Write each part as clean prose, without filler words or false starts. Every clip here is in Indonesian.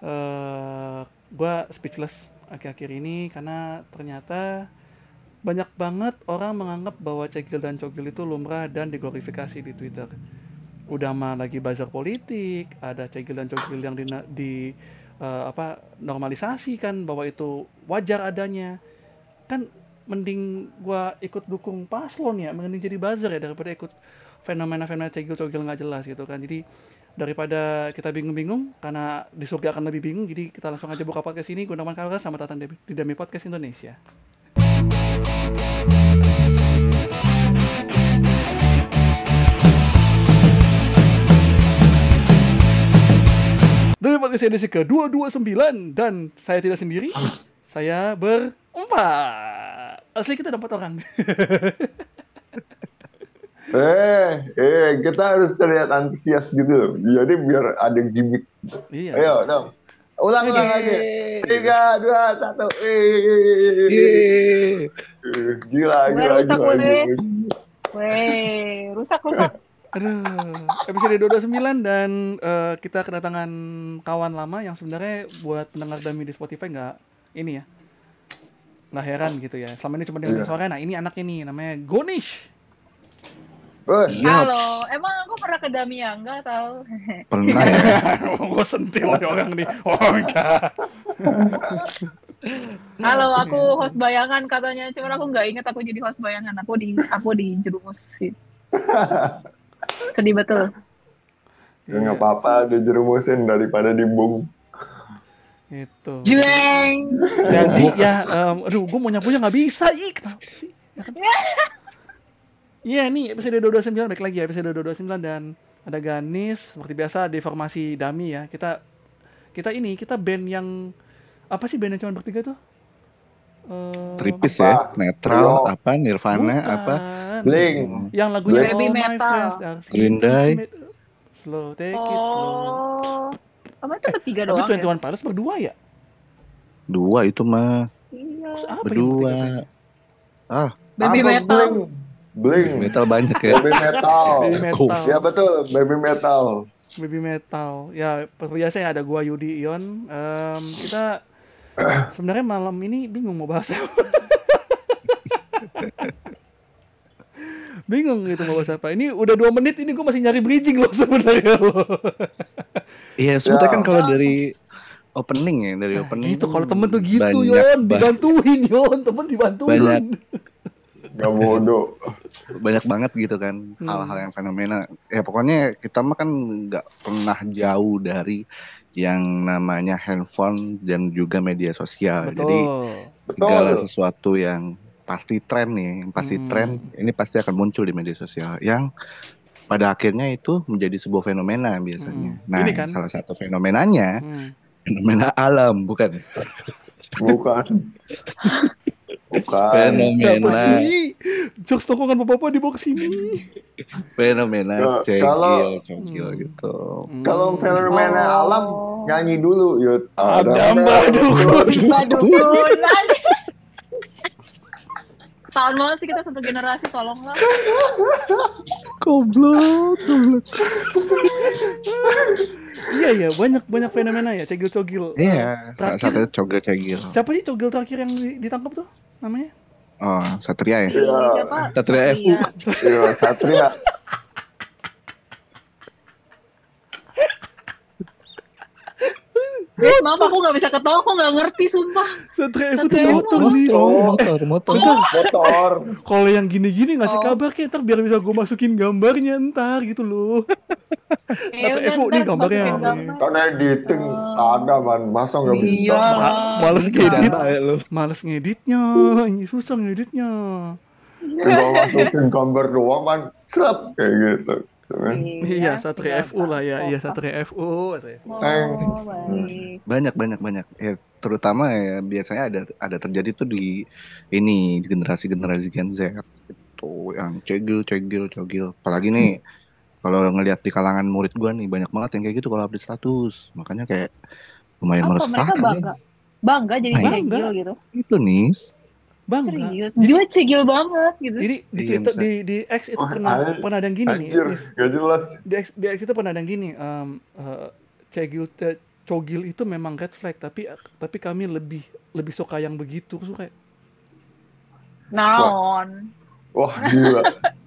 gue speechless akhir-akhir ini karena ternyata banyak banget orang menganggap bahwa cegil dan cogil itu lumrah dan diglorifikasi di Twitter. Udah mah lagi buzzer politik, ada cegil dan cogil yang normalisasi kan bahwa itu wajar adanya. Kan mending gua ikut dukung paslon ya, mending jadi buzzer ya daripada ikut fenomena-fenomena cegil-cogil nggak jelas gitu kan. Jadi daripada kita bingung-bingung karena di surga akan lebih bingung, jadi kita langsung aja buka podcast ini. Gunawan Kawras, selamat datang di Dami Podcast Indonesia. Dami Podcast edisi ke-229 dan saya tidak sendiri, saya berempat. Asli kita ada 4 orang. Kita harus terlihat antusias gitu. Jadi biar ada gimmick. Iya. Ayo, dong. Ulang lagi. 3, 2, 1. Gila. Rusak boleh. Rusak. Aduh, episode 229 dan kita kedatangan kawan lama yang sebenarnya buat pendengar Dami di Spotify nggak heran gitu ya. Selama ini cuma dengar suaranya. Nah, ini anaknya nih, namanya Gonish. Halo, emang aku pernah ke Dami ya? Enggak tahu. Pernah ya? Gue sentil orang nih. Oh enggak. Halo, aku host bayangan katanya. Cuma aku nggak ingat aku jadi host bayangan. Aku di jerumus. Sedih betul. Ya nggak apa-apa, dijerumusin daripada dibung. Itu. Jeng. Jadi gue mau nyapunya nggak bisa, kenapa sih? Iya nih episode 229, balik lagi ya episode 229 dan ada Ganis seperti biasa di formasi Dami ya. Kita band yang apa sih band yang cuma bertiga tuh? Tripis ya, netral, Nirvana, Blink. Yang lagunya Baby All My Metal. Friends Are Green Day. Slow, take it slow. Apa itu bertiga Tapi doang 21 ya? Pilots berdua ya? 2 itu mah. Iya. Apa yang bertiga? Berdua. Baby Metal. Blink. Metal banyak ya. Baby Metal. Baby Metal. Ya betul, Baby Metal. Baby Metal. Ya, seperti biasa ya ada gua Yudi Ion. Kita sebenarnya malam ini bingung mau bahas apa. Bingung gitu mau bahas apa. Ini udah 2 menit ini gua masih nyari bridging loh sebenarnya loh. Iya, sebetulnya kan kalau dari opening ya, dari opening. Gitu kalau temen tuh gitu Yon, dibantuin Yon, temen dibantuin. Banyak. Gak bodoh. Banyak banget gitu kan hal-hal yang fenomena. Ya pokoknya kita mah kan nggak pernah jauh dari yang namanya handphone dan juga media sosial. Betul. Jadi segala sesuatu yang pasti tren nih, ini pasti akan muncul di media sosial yang pada akhirnya itu menjadi sebuah fenomena biasanya. Nah, ini kan salah satu fenomenanya fenomena alam, bukan? Fenomena. Apa sih? Jokes tokongan bapak-bapak dibawa ke sini. Fenomena cegil gitu. Kalau fenomena alam nyanyi dulu, Yud. Ada Badukun. Tahun banget sih kita satu generasi, tolonglah. Goblok. Iya, banyak fenomena ya, cegil-cogil. Iya, salah satu cogil-cegil. Siapa sih cogil terakhir yang ditangkap tuh namanya? Oh, Satria ya? Siapa? Satria FU. Iya, Satria. Guys, maaf aku gak bisa ketawa, aku gak ngerti sumpah. Satria FU tuh motor. Motor. Kalau yang gini-gini ngasih kabar kayak ntar biar bisa gue masukin gambarnya ntar gitu loh. Satria FU nih gambarnya. Karena editing ada man, masa nggak bisa? Males ngeditnya, ini susah ngeditnya. Tinggal masukin gambar doang man, serap kayak gitu. Iya, Satria FU lah ya. Iya, Satria FU. Banyak. Ya, terutama ya biasanya ada terjadi tuh di ini generasi Gen Z itu yang cegil. Apalagi nih kalau ngelihat di kalangan murid gua nih banyak banget yang kayak gitu kalau update status. Makanya kayak lumayan meresahkan. Mereka bangga jadi cegil gitu. Itu nih. Bangga. Serius, dia cegil banget gitu. Jadi di Twitter di X itu pernah ada yang gini nih. Gak jelas. Di X itu pernah ada yang gini, cogil itu memang red flag, tapi kami lebih suka yang begitu, suka. Naon. Wah, gila.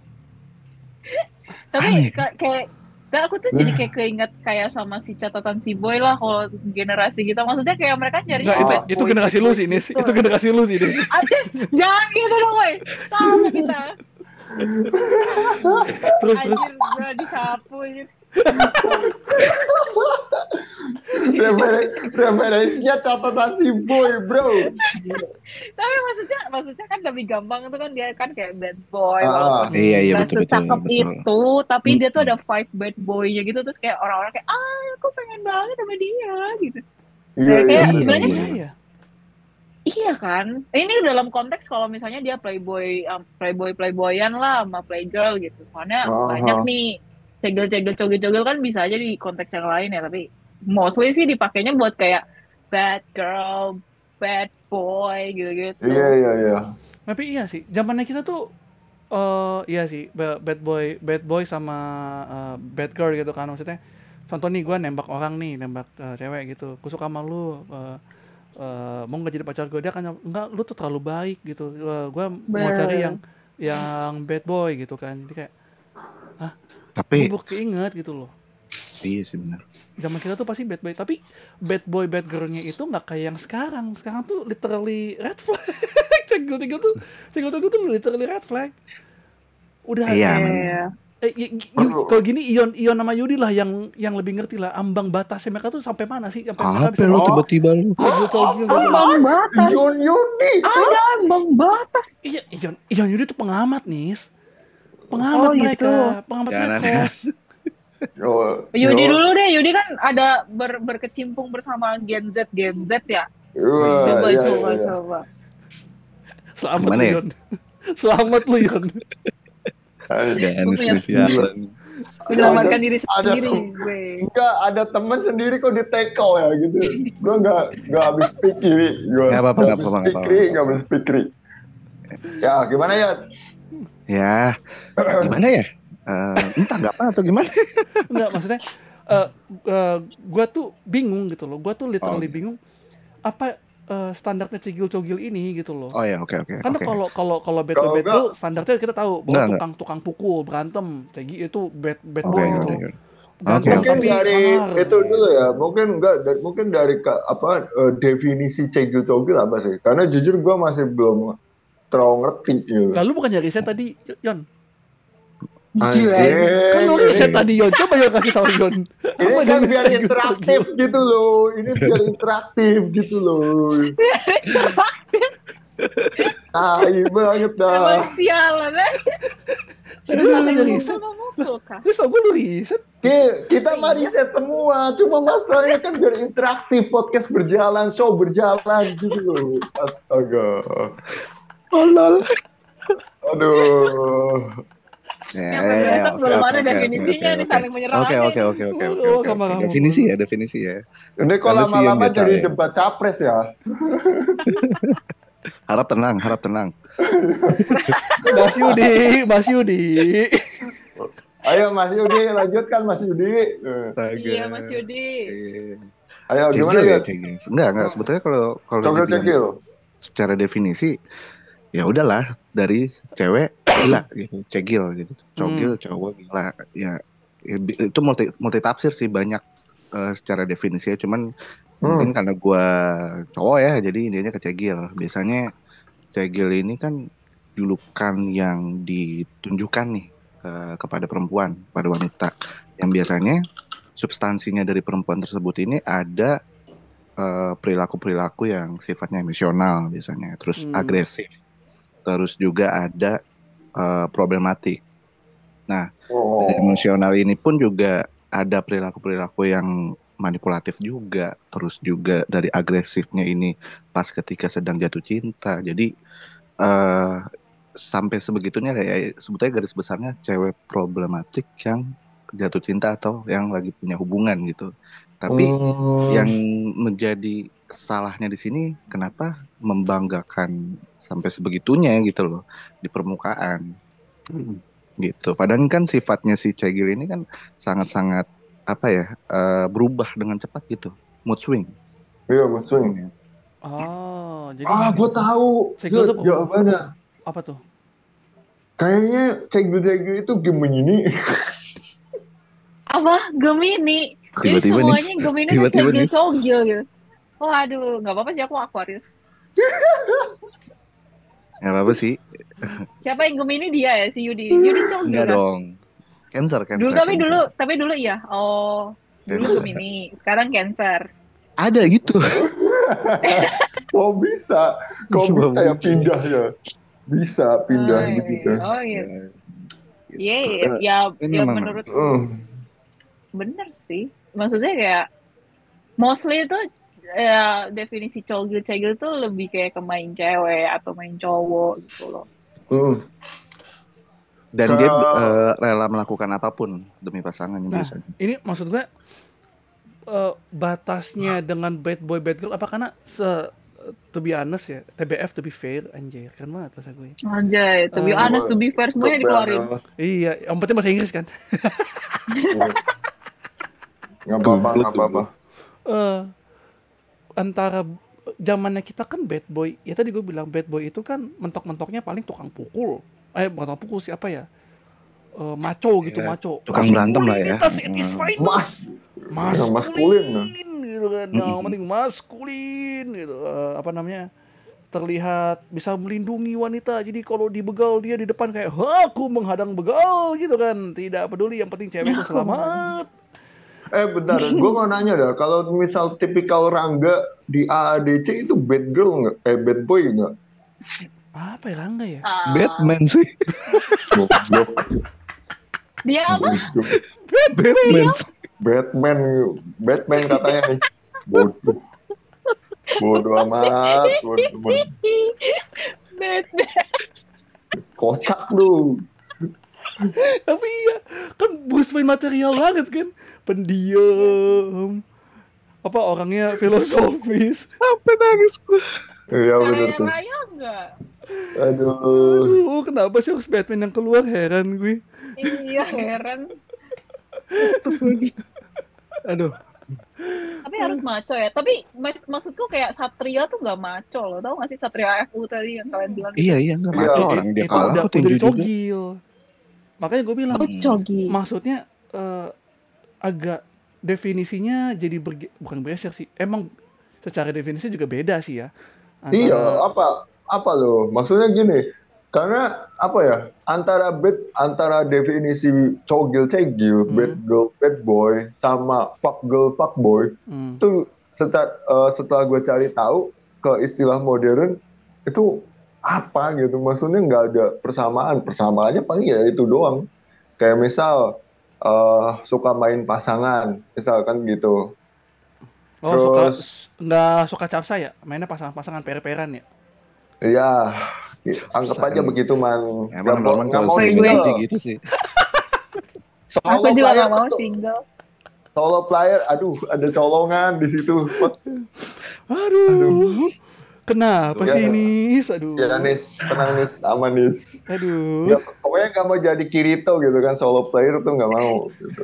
Tapi kayak aku tuh jadi kayak keinget kayak sama si catatan si Boy lah kalau generasi kita. Maksudnya kayak mereka nyari Nggak, itu generasi lu sih, Nis. Itu generasi lu sih, Nis. Jangan gitu dong, Boy. Sama kita. Terus. Anjir, gue disapu anjir. Referensinya catatan si Boy, bro. Tapi maksudnya kan lebih gampang itu kan dia kan kayak bad boy Ah, walaupun iya, nggak betul. secakep itu, tapi dia tuh Mm-mm. ada five bad boy-nya gitu, terus kayak orang-orang kayak aku pengen banget sama dia gitu. Iya, Kayak iya. sebenarnya Iya. iya kan. Ini dalam konteks kalau misalnya dia playboyan lah sama playgirl gitu. Soalnya banyak nih cegel-cegel cogel-cogel kan bisa aja di konteks yang lain ya, tapi mostly sih dipakainya buat kayak bad girl, bad boy gitu-gitu. Iya. Tapi iya sih, zamannya kita tuh iya sih, bad boy sama bad girl gitu kan. Maksudnya contoh nih, gue nembak orang nih, nembak cewek gitu, gue suka sama lu, mau nggak jadi pacar gue? Dia kan enggak, lu tuh terlalu baik gitu, gue mau cari yang bad boy gitu kan. Jadi kayak Tapi gue keinget gitu loh, iya sih benar. zaman kita tuh pasti bad boy, tapi bad boy bad girlnya itu nggak kayak yang sekarang tuh literally red flag. cegel tuh literally red flag. Udah Iya, kalau gini Ion sama Yudi lah yang lebih ngerti lah ambang batasnya mereka tuh sampai mana sih, sampai mereka Apa bisa lo tiba-tiba lu? cogil gitu. Ambang batas. Ion Yudi. Ada ambang batas. Iya, Ion Yudi tuh pengamat, Nis. Pengamat mereka, gitu. pengamat Jangan medsos. Yudi dulu deh, Yudi kan ada berkecimpung bersama Gen Z ya. Coba. Selamat Gimana lu, ya? Yon. Selamat lu, Yon. Dan Gua punya- spesial. Menyelamatkan diri Ada sendiri tuh. gue. Enggak, ada teman sendiri kok di tackle ya gitu. Gue nggak habis pikir, Nggak apa-apa. nggak habis pikir. Ya gimana ya? Ya, gimana ya? Entah nggak apa atau gimana? Enggak, maksudnya gue tuh bingung gitu loh. Gue tuh literally bingung apa standarnya cigil-cogil ini gitu loh. Oh ya, oke. Karena kalau bad Kalau boy enggak- standarnya kita tahu bahwa Enggak. tukang pukul, berantem, cegi itu bad Oke, boy gitu. oke. Ganteng Mungkin tapi dari sangar. itu dulu ya, mungkin dari definisi cegil cogil apa sih? Karena jujur gue masih belum terlalu ngerti gitu. Lalu bukannya riset tadi, Yon? Anjir. Kan lu riset tadi, Yon. Coba Yon kasih tahu, Yon. Ini Apa kan dia biar cegil-cogil? interaktif gitu loh. Ini biar interaktif gitu loh. Tai banget dah. Emang sialan ya. Tadi lu bukannya riset. Terus tau gue lu riset. Kita mah riset semua, cuma masalahnya kan biar interaktif, podcast berjalan, show berjalan gitu loh. Astaga. Aduh. Yang penjelasan belum ada definisinya nih, saling menyerang Oke. aja Oh, kamar kamu. Definisi ya. Ini kok Karena sih yang lama-lama dia jadi tahu ya. debat capres ya. Harap tenang. Mas Yudi. Ayo Mas Yudi, lanjutkan Mas Yudi. Iya, Mas Yudi. Ayo Cegil gimana ya? Cegil. Enggak. Sebetulnya kalau Cogil-cegil. secara definisi ya udahlah, dari cewek gila gitu, cegil gitu, cogil cowok gila ya, itu multi tafsir sih, banyak secara definisinya, cuman mungkin karena gua cowok ya, jadi intinya ke cegil. Biasanya cegil ini kan julukan yang ditunjukkan nih kepada perempuan, pada wanita, yang biasanya substansinya dari perempuan tersebut ini ada perilaku-perilaku yang sifatnya emosional biasanya, terus agresif, terus juga ada problematik. Nah, dari emosional ini pun juga ada perilaku-perilaku yang manipulatif juga, terus juga dari agresifnya ini pas ketika sedang jatuh cinta. Jadi sampai sebegitunya kayak sebetulnya garis besarnya cewek problematik yang jatuh cinta atau yang lagi punya hubungan gitu. Tapi yang menjadi salahnya di sini kenapa membanggakan sampai sebegitunya gitu loh di permukaan gitu. Padahal kan sifatnya si cegil ini kan sangat-sangat berubah dengan cepat gitu. Mood swing. Iya, mood swing. Oh, jadi Gue tahu. Segel tuh Jawabannya. apa tuh? Kayaknya cegil-cegil itu Gemini. Apa? Gemini. Jadi Tiba-tiba nih, semuanya Gemini tuh tiba-tiba nih. cegil-cogil gitu. Waduh, nggak apa-apa sih aku Aquarius. Nggak apa-apa sih. Siapa yang Gemini dia ya si Yudi. Yudi cogil Enggak kan? dong. Cancer. Tapi dulu iya. Oh, dulu Gemini, sekarang Cancer. Ada gitu. Kok bisa ya pindah ya? Bisa pindah begitu. Oh iya. Iya, Ini ya memang. menurut bener sih. Maksudnya kayak mostly itu ya, definisi cogil-cegil tuh lebih kayak ke main cewek atau main cowok gitu loh. Dan dia rela melakukan apapun demi pasangannya biasanya. Ini maksud gue batasnya dengan bad boy bad girl apa karena to be honest ya, TBF to be fair, anjir kan banget bahasa gue. Anjay, to be honest, to be fair semuanya dikeluarin. Iya, yang penting bahasa Inggris kan. Nggak apa-apa. Antara zamannya kita kan bad boy, ya tadi gue bilang bad boy itu kan mentok-mentoknya paling tukang pukul. Bukan tukang pukul siapa ya? Maco gitu, maco. Tukang berantem lah ya. Maskulin gitu kan. Yang penting maskulin gitu. Apa namanya? Terlihat bisa melindungi wanita. Jadi kalau dibegal dia di depan kayak aku menghadang begal gitu kan. Tidak peduli, yang penting cewekku selamat. Bentar, gue mau nanya dah. Kalau misal tipikal Rangga di AADC itu bad girl nggak? Bad boy nggak? Apa ya Rangga ya? Batman sih. Goblok. Dia apa? Batman katanya nih. Bodoh amat. Batman. Kocak lu. Tapi iya, kan boost main material banget kan. Pendiam. Apa orangnya filosofis. Sampai nangis gue. Iya benar tuh. Raya enggak? Aduh. Kenapa sih harus Batman yang keluar, heran gue. Iya, heran. Aduh. Tapi harus maco ya. Tapi maksudku kayak Satria tuh nggak maco loh. Tahu nggak sih Satria FU tadi yang kalian bilang? Iya nggak maco orang dia itu kalah udah kok tinju jadi juga. cogil. Makanya gue bilang Cogil. maksudnya agak definisinya jadi bukan bergeser sih. Emang secara definisi juga beda sih ya. Iya, apa loh? Maksudnya gini, karena apa ya? Antara definisi cogil-cegil, bad girl, bad boy, sama fuck girl, fuck boy, itu setelah gue cari tahu ke istilah modern itu apa gitu? Maksudnya nggak ada persamaan. Persamaannya paling ya itu doang. Kayak misal suka main pasangan, misalkan gitu. Oh, terus nggak suka capsa ya? Mainnya pasangan per-peran ya? Iya, anggap aja begitu man. Emang Nggak mau single gitu sih. Aku juga nggak mau single. Solo player, aduh ada colongan di situ. Aduh. Kenapa sih Nis? Aduh. Ya Nis, tenang Nis, aman Nis. Aduh. Ya, pokoknya nggak mau jadi Kirito gitu kan, solo player tuh nggak mau. Gitu.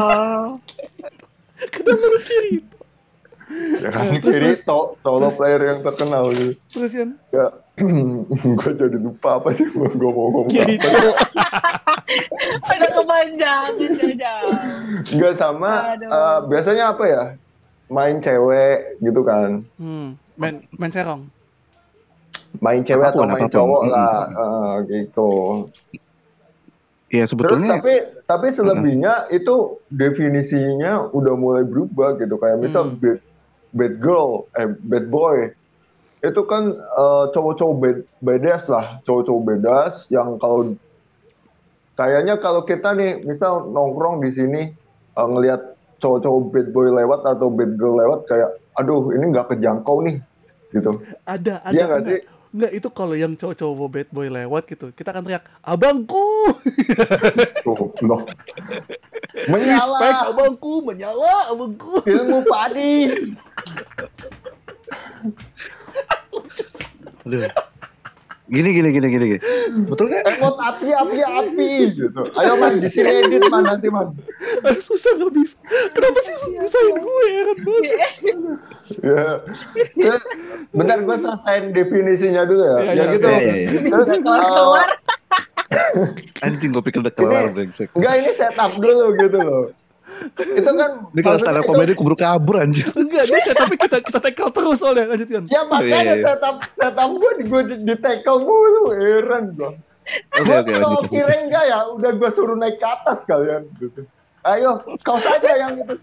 Kenapa harus Kirito? Ya kan Kirito, solo player yang terkenal gitu. Terus kan? Ya, gue jadi lupa apa sih gue mau ngomong Kirito. Udah kepanjangan jauh. Enggak sama, biasanya apa ya? Main cewek gitu kan. Main serong. Main cewek atau main cowok lah, gitu. Iya sebetulnya. Terus tapi selebihnya itu definisinya udah mulai berubah gitu. Kayak misal bad girl, bad boy. Itu kan cowok-cowok bedas lah, cowok-cowok bedas yang kayaknya kalau kita nih misal nongkrong di sini ngelihat cowok-cowok bad boy lewat atau bad girl lewat kayak aduh ini nggak kejangkau nih gitu. Ada iya nggak sih? Nggak, itu kalau yang cowok-cowok bad boy lewat gitu kita akan teriak abangku. Loh. Menyala. Respect abangku. Ilmu padi. Aduh. Gini. Betul kan? Emot api gitu. Ayo man, di sini edit man nanti man. Susah nggak bisa. Kenapa sih susahin gue, heran banget. Ya. Terus, bentar gue selesain definisinya dulu ya. Iya, Ya iya, gitu. oke. Iya, iya. Terus Keluar. Anjing gue pikir udah kelar ini brengsek. enggak, ini setup dulu gitu loh. Itu kan Ini kalau maksudnya stand up itu comedy kubur kabur anjir. Enggak, dia saya tapi kita tackle terus soalnya. Lanjutkan. ya makanya Iya, iya. setup gue di tackle mulu, heran gue. Oke, Gue oke, kalau lanjut. kira enggak ya, udah gue suruh naik ke atas kalian gitu. Ayo, kau saja yang itu.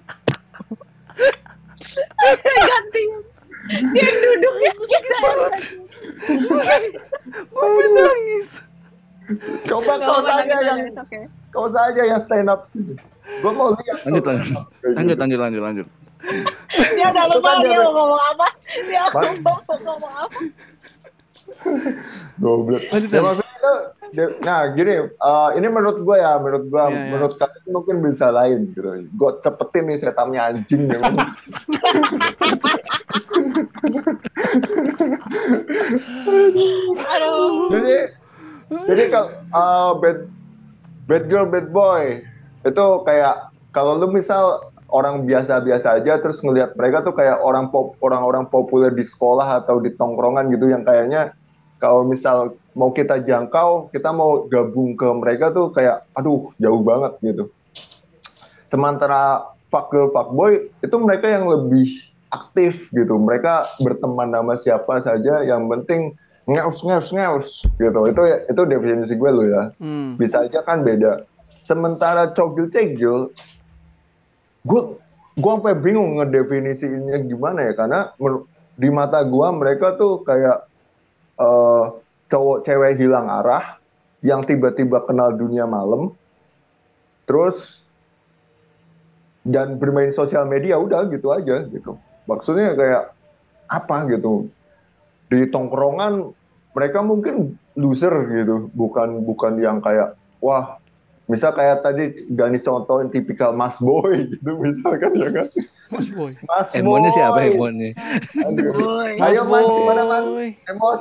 Ganti. Dia yang duduk ya. Gue nangis. Coba kau saja yang kau saja yang stand up sini. Gue mau lihat. Lanjut, kau lanjut. stand up kayak gitu. Lanjut. Dia udah lupa Itu kan dia dia- mau ngomong apa. Dia lupa mau ngomong apa. Goblok. Lanjut, Ya Tan. maksudnya itu, nah gini, ini menurut gue ya, Iya, iya. menurut kalian mungkin bisa lain gitu. Gue cepetin nih setamnya anjing. Aduh. jadi kalau bad girl, bad boy itu kayak kalau lu misal orang biasa-biasa aja terus ngelihat mereka tuh kayak orang-orang populer di sekolah atau di tongkrongan gitu yang kayaknya kalau misal mau kita jangkau, kita mau gabung ke mereka tuh kayak aduh jauh banget gitu. Sementara fuck girl, fuck boy itu mereka yang lebih aktif gitu. Mereka berteman sama siapa saja, yang penting ngeus gitu. Itu definisi gue lo ya. Bisa aja kan beda. Sementara cogil-cegil, gue sampai bingung ngedefinisinya gimana ya, karena di mata gue mereka tuh kayak cowok cewek hilang arah yang tiba-tiba kenal dunia malam, terus dan bermain sosial media, udah gitu aja gitu. Maksudnya kayak apa gitu, di tongkrongan mereka mungkin loser gitu, bukan yang kayak wah, misal kayak tadi Ganis contohin tipikal mas boy gitu misalkan, ya kan. Mas Boy. Mas Emonnya boy. siapa Emonnya? Aduh. Boy. Ayo man, gimana man? Boy. Emon.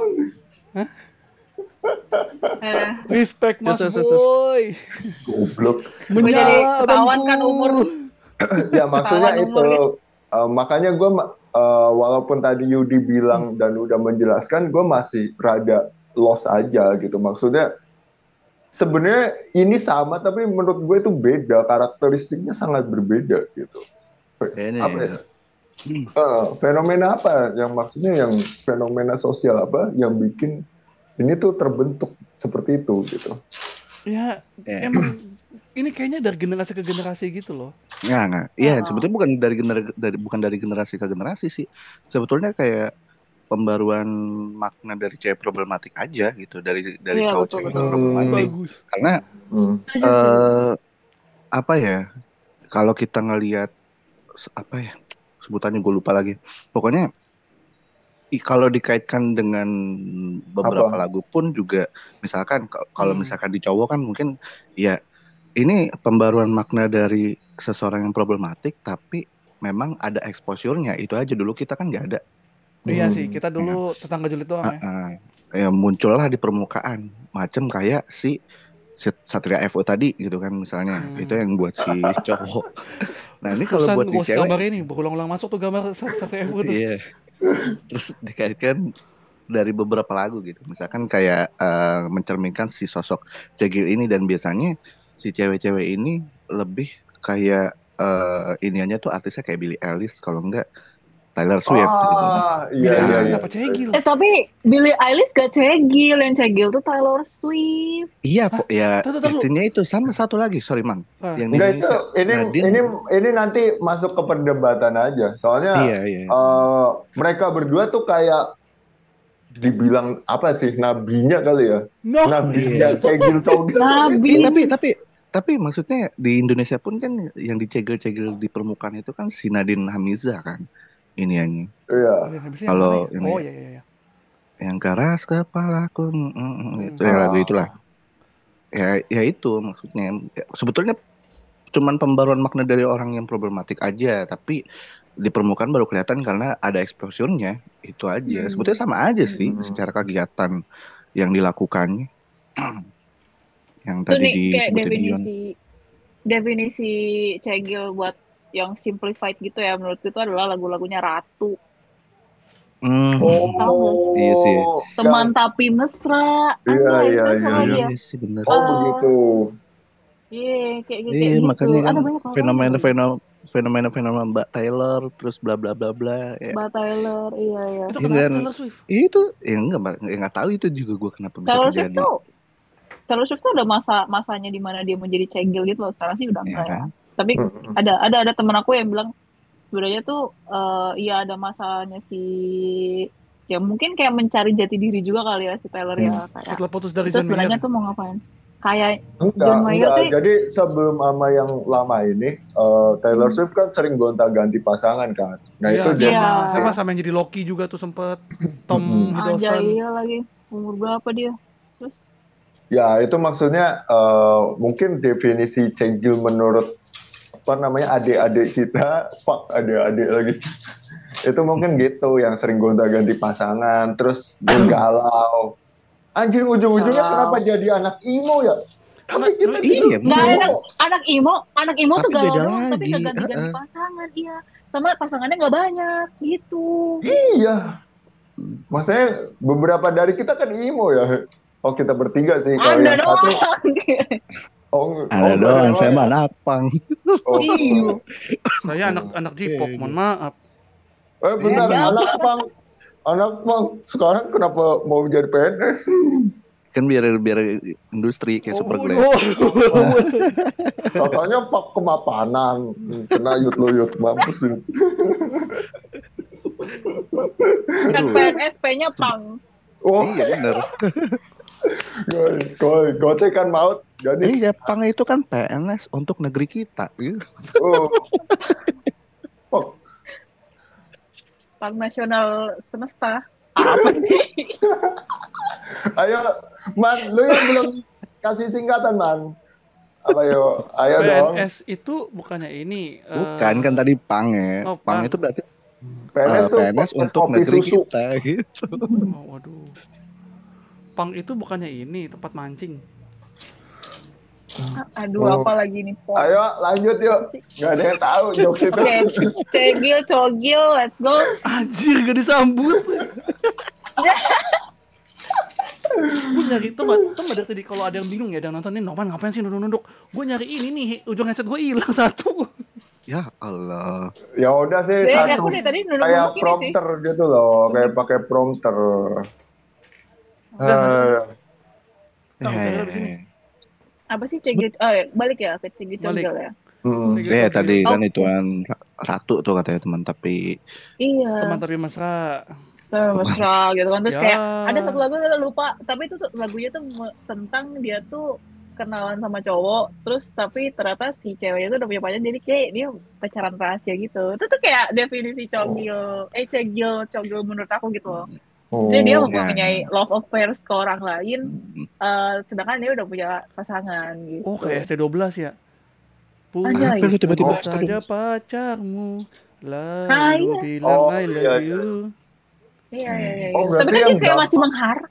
Respect Mas Terus. Boy. Goblok. Gue jadi Menyala ketahuan kan abangku. umur. Ya maksudnya Ketahuan itu umurnya. makanya gue walaupun tadi Yudi bilang dan udah menjelaskan, gue masih rada lost aja gitu. Maksudnya sebenarnya ini sama tapi menurut gue itu beda, karakteristiknya sangat berbeda gitu. Ini. Apa ya? Fenomena apa yang maksudnya, yang fenomena sosial apa yang bikin ini tuh terbentuk seperti itu gitu. Ya, Ya. emang ini kayaknya dari generasi ke generasi gitu loh. Nggak. Iya, sebetulnya bukan dari generasi ke generasi sih. Sebetulnya kayak pembaruan makna dari cewek problematik aja gitu, dari Iya, cowok betul, cewek betul. problematik. Bagus. Karena apa ya? Kalau kita ngelihat apa ya? Sebutannya gue lupa lagi. Pokoknya kalau dikaitkan dengan beberapa Apa? lagu pun juga, misalkan kalau misalkan di cowok kan mungkin ya ini pembaruan makna dari seseorang yang problematik, tapi memang ada exposure-nya, itu aja. Dulu kita kan nggak ada. Iya sih, kita dulu tetangga julid doang ya. Ya muncullah di permukaan, macam kayak si Satria FO tadi gitu kan misalnya, itu yang buat si cowok. Nah ini kalau buat di cewek, gambar ini berulang-ulang masuk tuh gambar satu FU tuh. iya. Terus dikaitkan dari beberapa lagu gitu, misalkan kayak mencerminkan si sosok cegil ini, dan biasanya si cewek-cewek ini lebih kayak iniannya tuh artisnya kayak Billie Eilish, kalau enggak Taylor Swift gitu. Iya. Apa cegil? Tapi Billie Eilish gak cegil, yang cegil tuh Taylor Swift. Iya, ya Tuh. istrinya itu sama satu lagi, sorry man, yang di Enggak, itu Indonesia. ini nanti masuk ke perdebatan aja. Soalnya Iya. mereka berdua tuh kayak dibilang apa sih, nabinya kali ya. No. Nabinya cegil-cogil. Nabi. Tapi maksudnya di Indonesia pun kan yang dicegel-cegel di permukaan itu kan si Nadine Hamizah kan iniannya. Iya. Kalau ini. ini Oh iya. yang keras kepalaku itu yang lagu itulah. Ya itu maksudnya. Sebetulnya cuman pembaruan makna dari orang yang problematik aja, tapi di permukaan baru kelihatan karena ada exposure-nya, itu aja. Sebetulnya sama aja sih secara kegiatan yang dilakukannya. Yang Itu tadi nih kayak disebutin Dion. definisi cegil buat yang simplified gitu ya, menurutku itu adalah lagu-lagunya Ratu. Oh, Tahu nggak sih? Iya sih. Teman tapi mesra. Iya, Ada iya, itu iya, sama iya. dia. Iya sih bener. Oh, begitu. Iya, kayak Iya gitu. makanya kan Ada banyak orang fenomena Mbak Taylor terus bla bla bla bla ya. Mbak Taylor, iya. Itu Iya kenapa kan? Taylor Swift? Itu ya enggak Mbak, ya enggak tahu itu juga gue kenapa bisa terjadi. Taylor Swift tuh ada masanya di mana dia menjadi cegil gitu loh. Sekarang sih udah Ya enggak ya. kan? Tapi ada temen aku yang bilang sebenarnya tuh iya ada masanya si ya mungkin kayak mencari jati diri juga kali ya si Taylor ya kayak Setelah putus dari itu John sebenarnya Mayer. tuh mau ngapain kayak Enggak, John Mayer tuh Jadi sebelum ama yang lama ini, Taylor Swift kan sering gonta-ganti pasangan kan. Nah Iya, itu dia. sama yang jadi Loki juga tuh sempet Tom aja Hiddleston. iya lagi umur berapa dia terus Ya itu maksudnya mungkin definisi cegil menurut apa namanya adik-adik kita, fuck adik-adik lagi. Itu mungkin gitu yang sering gonta-ganti pasangan, terus galau. Anjir ujung-ujungnya kenapa jadi anak emo ya? Tapi kita Iya, nggak anak imo tuh Tapi galau beda doang tapi lagi, nggak ganti-ganti pasangan iya sama pasangannya nggak banyak gitu Iya. Maksudnya beberapa dari kita kan emo ya. Oh kita bertiga sih. Kalau ada yang satu, doang ada doang saya mah napang. Oh, iya Saya anak J-pop, mohon maaf. bentar, Ya, anak pang. Sekarang kenapa mau jadi PNS? Kan biar industri kayak super glad. Katanya pak kemapanan, kena yut mampus yut. kan PNS P-nya pang Oh, Iya bener. gocekan maut. Jadi, Iya, pang itu kan PNS untuk negeri kita. Gitu. oh, pang nasional semesta apa sih ayo, Man, lu yang belum kasih singkatan, Man. Apa yo? Ayo dong. PNS itu bukannya ini. Bukan kan tadi pang ya. Oh, Pang pang. itu berarti PNS tuh PNS podcast untuk kopi negeri susu. kita gitu. Oh, waduh. Pang itu bukannya ini tempat mancing. aduh apa lagi nih po Ayo lanjut yuk. Gak ada yang tahu jokes itu. oke cegil cogil let's go Anjir, gak disambut. Gue nyari tuh dari tadi kalau ada yang bingung ya, ada yang nonton nih, Novan ngapain sih nunduk-nunduk? Gue nyari ini nih, ujung headset gue hilang satu. Ya Allah. Ya udah sih Saya satu aku dari tadi nunduk kayak ini sih prompter gitu loh, kayak pakai prompter. Kita di sini. apa sih cegil balik ya ke cegil cogil ya Ya tadi kan ituan Ratu tuh katanya teman tapi iya Teman tapi mesra. mesra gitu kan terus Ya. kayak ada satu lagu saya lupa tapi itu tuh lagunya tuh tentang dia tuh kenalan sama cowok terus tapi ternyata si ceweknya tuh udah punya pacar jadi kayak dia pacaran rahasia gitu itu tuh kayak definisi cogil cogil menurut aku gitu loh jadi dia mempunyai love affairs ke orang lain sedangkan dia udah punya pasangan gitu Oh, kayak ST12 ya. Anjay. Aduh, tiba-tiba saja pacarmu lalu bilang I love you. Iya. Oh, Tapi berarti kan yang dia kayak masih gampang. mengharap.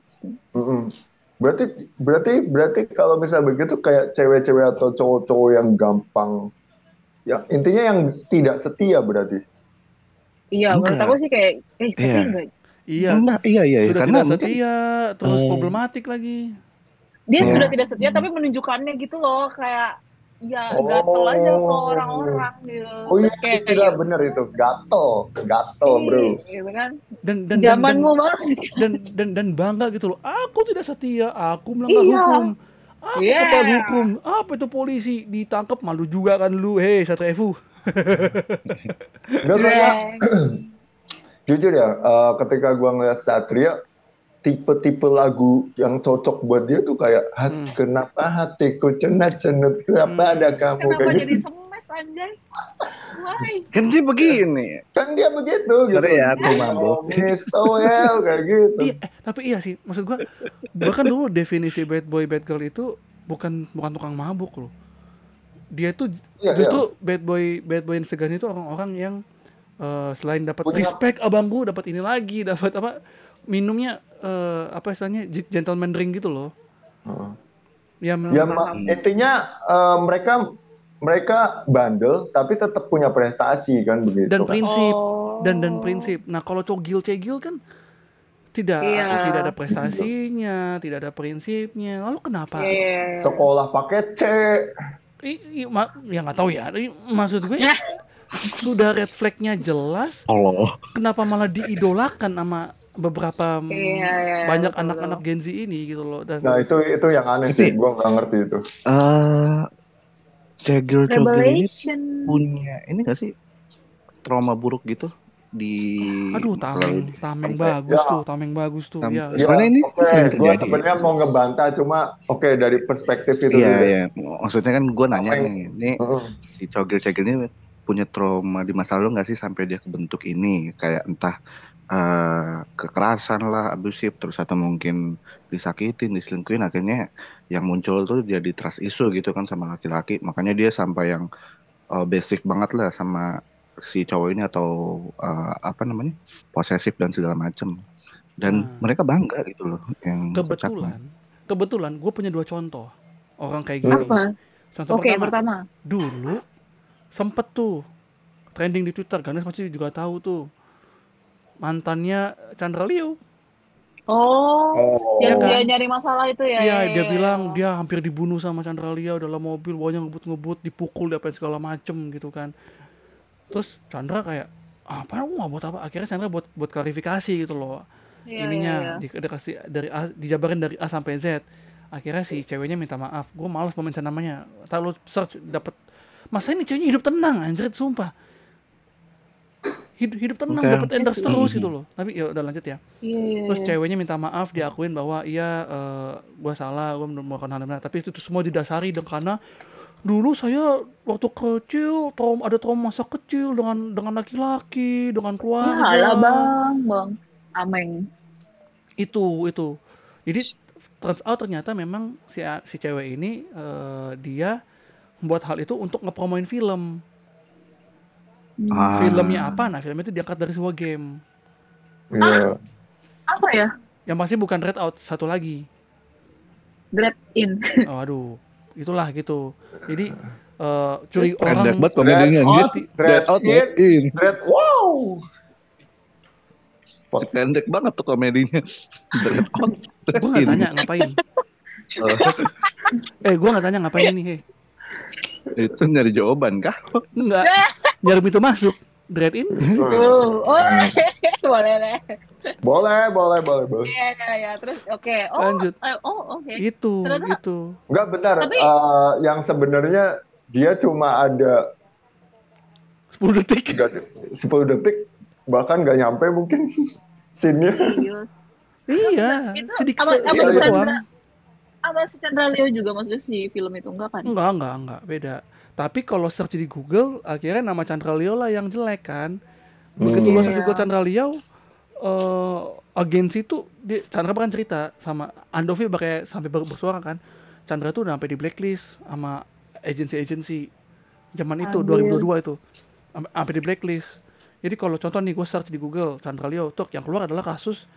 Berarti kalau misalnya begitu kayak cewek-cewek atau cowok-cowok yang gampang, ya intinya yang tidak setia berarti. Iya, menurut Enggak. aku sih kayak, tapi Iya. enggak. Iya, enggak iya sudah karena tidak mungkin setia, terus problematik lagi. Dia Iya. sudah tidak setia, tapi menunjukkannya gitu loh, kayak ya gatel aja ke orang-orang gitu. Oh iya, Kayak istilah bener itu, gatel bro. Gitu kan. Dan Zamanmu banget. dan bangga gitu loh. Aku tidak setia, aku melanggar Iya. hukum. Aku Iya. kepala hukum. Apa itu polisi ditangkap malu juga kan lu. Hei, Satrefu. Nggak, karena jujur ya, ketika gua ngeliat Satria, tipe-tipe lagu yang cocok buat dia tuh kayak kenapa hatiku cenut-cenut, kenapa ada kamu Kenapa kayak jadi gitu. semes anjay? Why? kan dia begini. Kan dia begitu gitu. Sorry ya, aku mabuk. Miss Toel kayak gitu. Iya, tapi iya sih. Maksud gua bahkan dulu definisi bad boy bad girl itu bukan tukang mabuk loh. Dia tuh justru bad boy yang segan itu orang-orang yang selain dapat respect abangku, dapat ini lagi, dapat apa minumnya apa istilahnya gentleman drink gitu loh. Intinya mereka mereka bandel tapi tetap punya prestasi kan begitu. Dan prinsip Oh. dan prinsip. Nah, kalau cogil-cegil kan tidak Iya. ada prestasinya, tidak ada prinsipnya. Lalu kenapa? Iya. Sekolah pakai C. Ya nggak tahu ya. Maksud gue sudah red flag-nya jelas. Allah. Kenapa malah diidolakan sama beberapa Iya, banyak betul, anak-anak Gen Z ini gitu loh. Dan Nah itu yang aneh sih, Tapi- gue nggak ngerti itu. Cegil-cogil ini Revelation. punya ini nggak sih trauma buruk gitu di aduh, tameng bagus Ya. tuh, tameng bagus tuh. Ya. Ya, Soalnya ini oke, sering gue terjadi. sebenarnya mau ngebantah cuma dari perspektif itu Iya, juga. iya. Maksudnya kan gue nanya Apa nih, ini si cogil-cegil ini punya trauma di masa lalu nggak sih sampai dia kebentuk ini? Kayak entah kekerasan lah, abusif, terus atau mungkin disakitin, diselingkuhin, akhirnya yang muncul tuh jadi trust issue gitu kan sama laki-laki. Makanya dia sampai yang basic banget lah sama si cowok ini atau posesif dan segala macem. Dan mereka bangga gitu loh. Yang Kebetulan gue punya 2 contoh orang kayak gini. Apa? Contoh Oke, pertama. Dulu sempet tuh trending di Twitter, Ganes pasti juga tahu tuh, mantannya Chandra Leo. Yang kan? dia nyari masalah itu ya. Iya, dia bilang dia hampir dibunuh sama Chandra Leo dalam mobil, bawanya ngebut-ngebut, dipukul, diapain segala macem gitu kan. Terus Chandra kayak, apa aku nggak buat apa? Akhirnya Chandra buat klarifikasi gitu loh. Ininya dikasih dijabarin dari A sampai Z. Akhirnya si ceweknya minta maaf. Gue malas mau mention namanya. Ntar lu search dapet. Masa ini ceweknya hidup tenang, anjir, sumpah. Hidup tenang, dapat endorse terus gitu loh. Tapi ya udah lanjut ya. Terus ceweknya minta maaf, diakuin bahwa iya gue salah, gue melakukan hal yang benar. Tapi itu semua didasari karena dulu saya waktu kecil ada trauma masa kecil dengan laki-laki, dengan keluarga. Ya lah bang, ameng. Itu. Jadi turns out ternyata memang si cewek ini dia membuat hal itu untuk ngepromoin film. Filmnya apa? Nah, film itu diangkat dari sebuah game. Iya. Apa ya? Yang pasti bukan Red Out, satu lagi. Dread In. Oh, aduh, itulah gitu. Jadi curi orang. Pendek banget komedinya. Dread Out, Dread Wow. Pendek banget tuh komedinya. Dread Out. Gue nggak tanya ngapain. Gue nggak tanya ngapain ini. Itu nyari jawaban kah? Enggak. Nyari pintu masuk. Dread In. Boleh deh. Boleh. Iya. Terus oke. Lanjut. Oke. Itu. Enggak benar. Tapi, yang sebenarnya dia cuma ada 10 detik. 10 detik, bahkan nggak nyampe mungkin scene-nya. Iya. Sedikit doang. Apa si Chandra Leo juga maksudnya si film itu enggak kan? Enggak, beda. Tapi kalau search di Google, akhirnya nama Chandra Leo lah yang jelek kan. Begitu lo search Google Chandra Leo, agensi itu Chandra bahkan cerita sama Andovi sampai bersuara kan. Chandra tuh udah sampai di blacklist sama agensi zaman itu 2022 itu. Sampai di blacklist. Jadi kalau contoh nih gue search di Google Chandra Leo, tuh yang keluar adalah kasus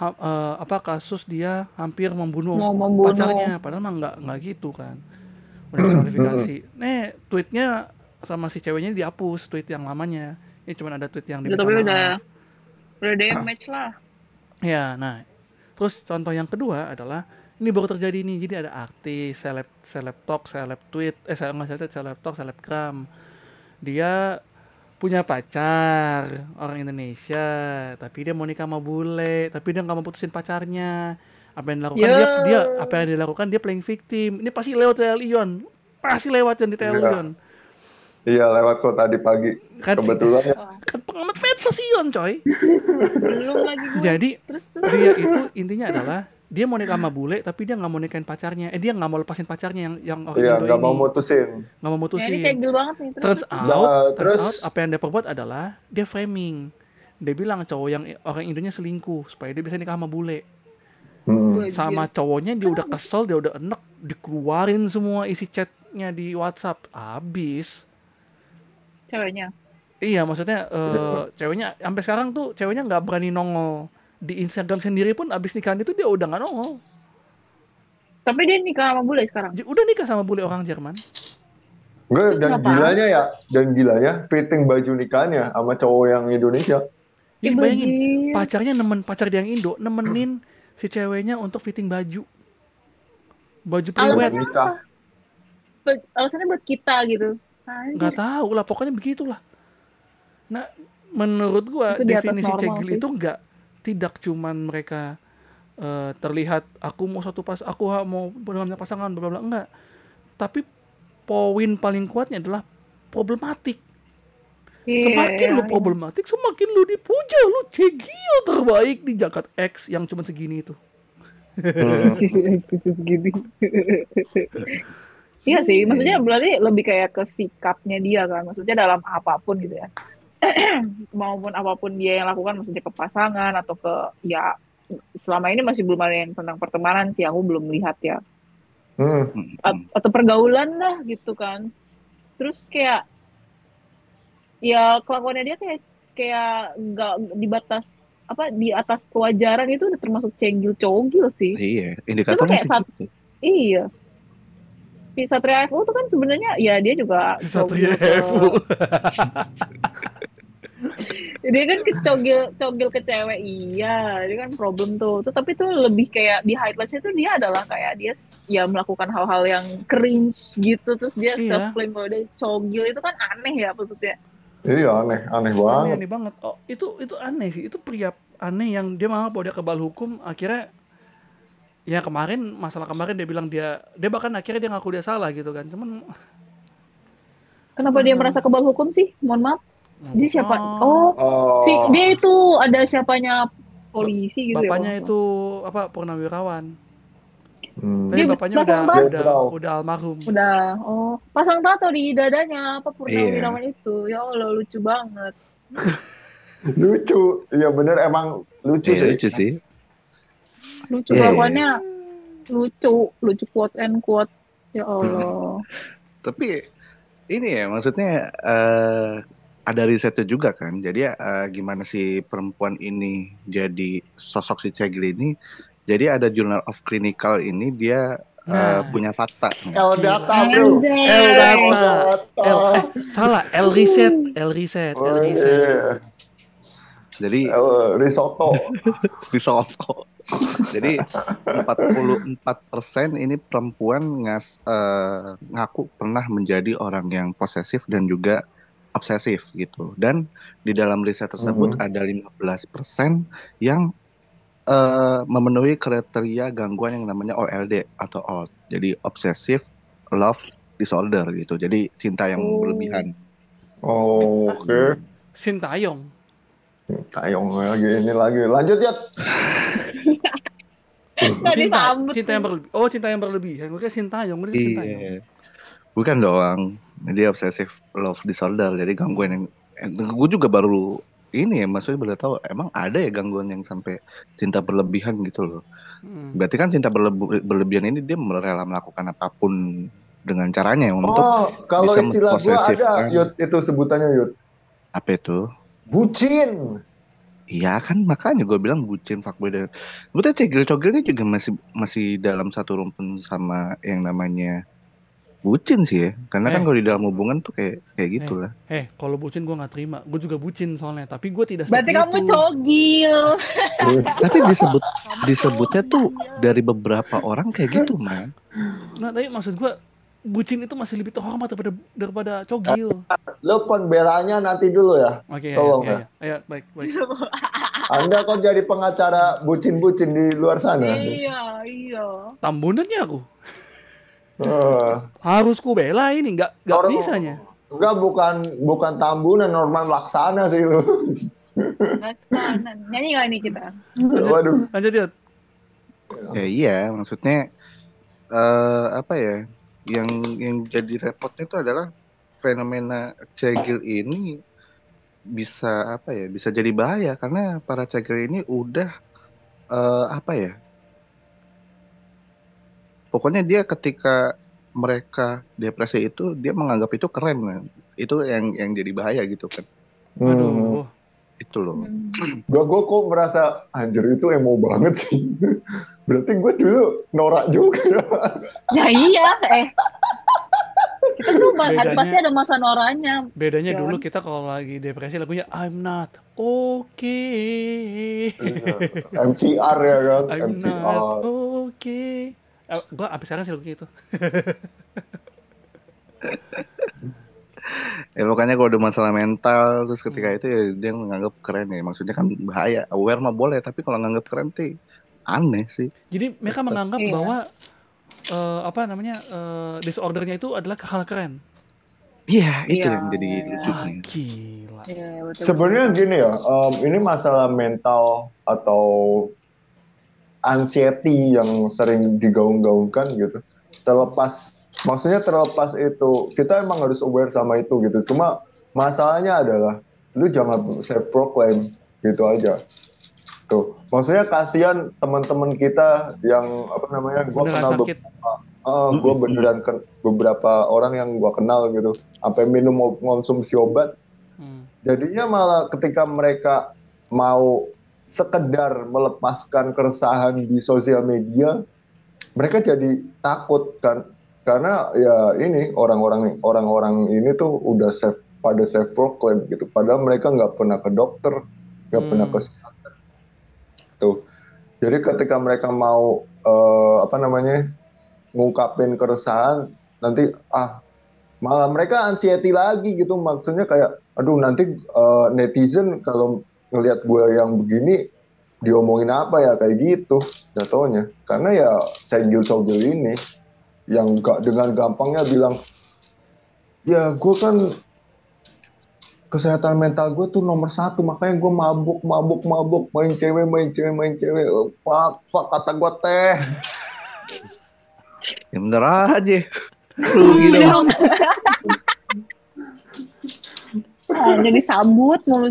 dia hampir membunuh pacarnya, padahal mah nggak gitu kan. Udah klarifikasi. Tweetnya sama si ceweknya dihapus, tweet yang lamanya. Ini cuma ada tweet yang diminta maaf. Udah damage lah. Ya, nah. Terus contoh yang kedua adalah ini baru terjadi nih. Jadi ada artis, seleb talk, seleb tweet, seleb talk, selebgram. Dia punya pacar orang Indonesia, tapi dia mau nikah sama bule, tapi dia nggak mau putusin pacarnya. Apa yang dilakukan dia playing victim. Ini pasti lewat Lion, di Lion. Iya, lewat kok tadi pagi. Kan kebetulan ya. Kan pengamat medsos Ion, coy. Belum lagi gue. Jadi dia itu intinya adalah dia mau nikah sama bule, tapi dia nggak mau nikahin pacarnya. Dia nggak mau lepasin pacarnya yang orang Indo ini. Nggak mau mutusin. Ya, ini cegil banget nih. Turns out apa yang dia perbuat adalah dia framing. Dia bilang cowok yang orang Indonya selingkuh supaya dia bisa nikah sama bule. Sama cowoknya dia udah kesel, dia udah enek, dikeluarin semua isi chatnya di WhatsApp. Abis. Ceweknya. Iya, maksudnya ceweknya sampai sekarang tuh ceweknya nggak berani nongol. Di Instagram sendiri pun abis nikahan itu dia udah nggak nongol. Tapi dia nikah sama bule sekarang? Udah nikah sama bule orang Jerman. Enggak, Terus dan gilanya fitting baju nikahnya sama cowok yang Indonesia. Jadi bayangin, Bajir. pacarnya pacar dia yang Indo nemenin si ceweknya untuk fitting baju priwet. Alasannya Nikah. Alasannya buat kita gitu. Nggak tahu lah, pokoknya begitulah. Nah, menurut gua Itu di atas definisi normal cegil sih. itu tidak cuman mereka terlihat aku mau punya pasangan bla bla, enggak. Tapi poin paling kuatnya adalah problematik. Semakin lu problematik, semakin lu dipuja, lu cegil terbaik di Jakarta X yang cuma segini itu. Segini. Iya sih, maksudnya berarti lebih kayak ke sikapnya dia kan, maksudnya dalam apapun gitu ya. Maupun apapun dia yang lakukan, maksudnya ke pasangan atau ke ya selama ini masih belum ada yang tentang pertemanan sih, aku belum lihat ya. Atau pergaulan lah gitu kan. Terus kayak ya kelakuannya dia kayak nggak di batas di atas kewajaran, itu udah termasuk cegil-cogil sih. Iya, indikatornya sih. Iya. Si Satria FU tuh kan sebenarnya ya dia juga Satria FU. Dia kan cogil ke cewek, iya, dia kan problem tuh. Tapi tuh lebih kayak di highlightnya tuh dia adalah kayak dia ya melakukan hal-hal yang cringe gitu, terus dia self-claim bahwa dia cogil, itu kan aneh ya maksudnya. Iya, aneh banget. Aneh banget. Oh, itu aneh sih. Itu pria aneh yang dia malah bawa dia ke bal hukum. Akhirnya ya masalah kemarin dia bilang dia bahkan akhirnya dia ngaku dia salah gitu kan. Cuman kenapa dia merasa kebal hukum sih? Mohon maaf. Dia siapa? Dia itu ada siapanya polisi gitu. Bapaknya itu purnawirawan. Dia bapaknya udah almarhum. Udah. Pasang tato di dadanya purnawirawan itu. Ya Allah, lucu banget. Lucu. Iya bener, emang lucu sih. Lucu sih. Lucu kelakuannya. Lucu quote and quote. Ya Allah. Tapi ini ya maksudnya ada risetnya juga kan. Jadi gimana si perempuan ini jadi sosok si cegil ini. Jadi ada Journal of Clinical ini dia punya fakta. L-Data bro. Salah, L-Reset. Jadi risotto. Jadi 44% ini perempuan ngaku pernah menjadi orang yang posesif dan juga obsesif gitu. Dan di dalam riset tersebut ada 15% yang memenuhi kriteria gangguan yang namanya OLD atau OLD. Jadi obsessive love disorder gitu. Jadi cinta yang berlebihan. Oke. Sintayong lagi ini lagi. Lanjut ya. Cinta yang berlebihan. Gue Sintayong. Bukan dong. Jadi obsessive love disorder. Jadi gangguan yang gue juga baru ini ya, maksudnya baru tahu emang ada ya gangguan yang sampai cinta berlebihan gitu loh. Berarti kan cinta berlebihan ini dia rela melakukan apapun dengan caranya untuk kalau bisa istilah gua ada kan. Yud, itu sebutannya Yud. Apa itu? Bucin. Iya kan, makanya gue bilang bucin, fuckboy. Dan sebetulnya cegil-cogil ini juga masih dalam satu rumpun sama yang namanya bucin sih ya, karena kan kalau di dalam hubungan tuh kayak gitulah. Kalau bucin gue nggak terima. Gue juga bucin soalnya, tapi gue tidak. Berarti kamu cogil. Tapi disebutnya tuh dari beberapa orang kayak gitu, man. Nah, tapi maksud gue bucin itu masih lebih terhormat daripada cogil. Lo pembelanya nanti dulu ya. Oke, tolong ya. Baik. Anda kok jadi pengacara bucin-bucin di luar sana? Iya. Tambunannya aku. Harus ku bela ini, nggak bisanya. Enggak, bukan tambunan, Norman Laksana sih lu. Laksana. Nyanyi nggak nih kita? Waduh. Lanjut ya. Iya, maksudnya apa ya? Yang jadi repotnya itu adalah fenomena cegil ini bisa jadi bahaya karena para cegil ini udah pokoknya dia ketika mereka depresi itu dia menganggap itu keren, man. Itu yang jadi bahaya gitu kan. Aduh. Itu loh. Gue kok merasa anjir itu emo banget sih. Berarti gue dulu norak juga. Ya iya, Kita tuh Bedanya- pasti ada masa noranya. Bedanya Jon. dulu kita kalau lagi depresi lagunya I'm not okay. MCR ya kan, I'm MCR. not okay. Gue sampai sekarang sih lagu itu. Ya pokoknya kalau udah masalah mental terus ketika itu ya dia menganggap keren ya. Maksudnya kan bahaya. Aware mah boleh, tapi kalau nganggap keren tuh aneh sih. Jadi mereka menganggap Iya. bahwa disordernya itu adalah hal keren. Iya, itu Iya, yang jadi iya. lucunya. Gila. Iya, betul. Sebenarnya gini ya, ini masalah mental atau anxiety yang sering digaung-gaungkan gitu. Maksudnya terlepas itu, kita emang harus aware sama itu gitu. Cuma masalahnya adalah, lu jangan self proclaim gitu aja. Tuh, maksudnya kasihan teman-teman kita yang apa namanya, gue Beneran kenal sakit. gue beneran beberapa orang yang gue kenal gitu, sampai minum konsumsi obat. Jadinya malah ketika mereka mau sekedar melepaskan keresahan di sosial media, mereka jadi takut kan, karena ya ini orang-orang ini tuh udah pada self proclaim gitu, padahal mereka nggak pernah ke dokter, nggak pernah ke psikiater tuh. Jadi ketika mereka mau ngungkapin keresahan, nanti malah mereka anxiety lagi gitu. Maksudnya kayak, aduh nanti netizen kalau ngelihat gue yang begini diomongin apa ya, kayak gitu jatuhnya. Karena ya cegil-cogil ini yang dengan gampangnya bilang, ya gue kan kesehatan mental gue tuh nomor 1, makanya gue mabuk, main cewek. Fuck kata gue teh. Ya bener aja. Lu gitu. Jadi sambut mulu.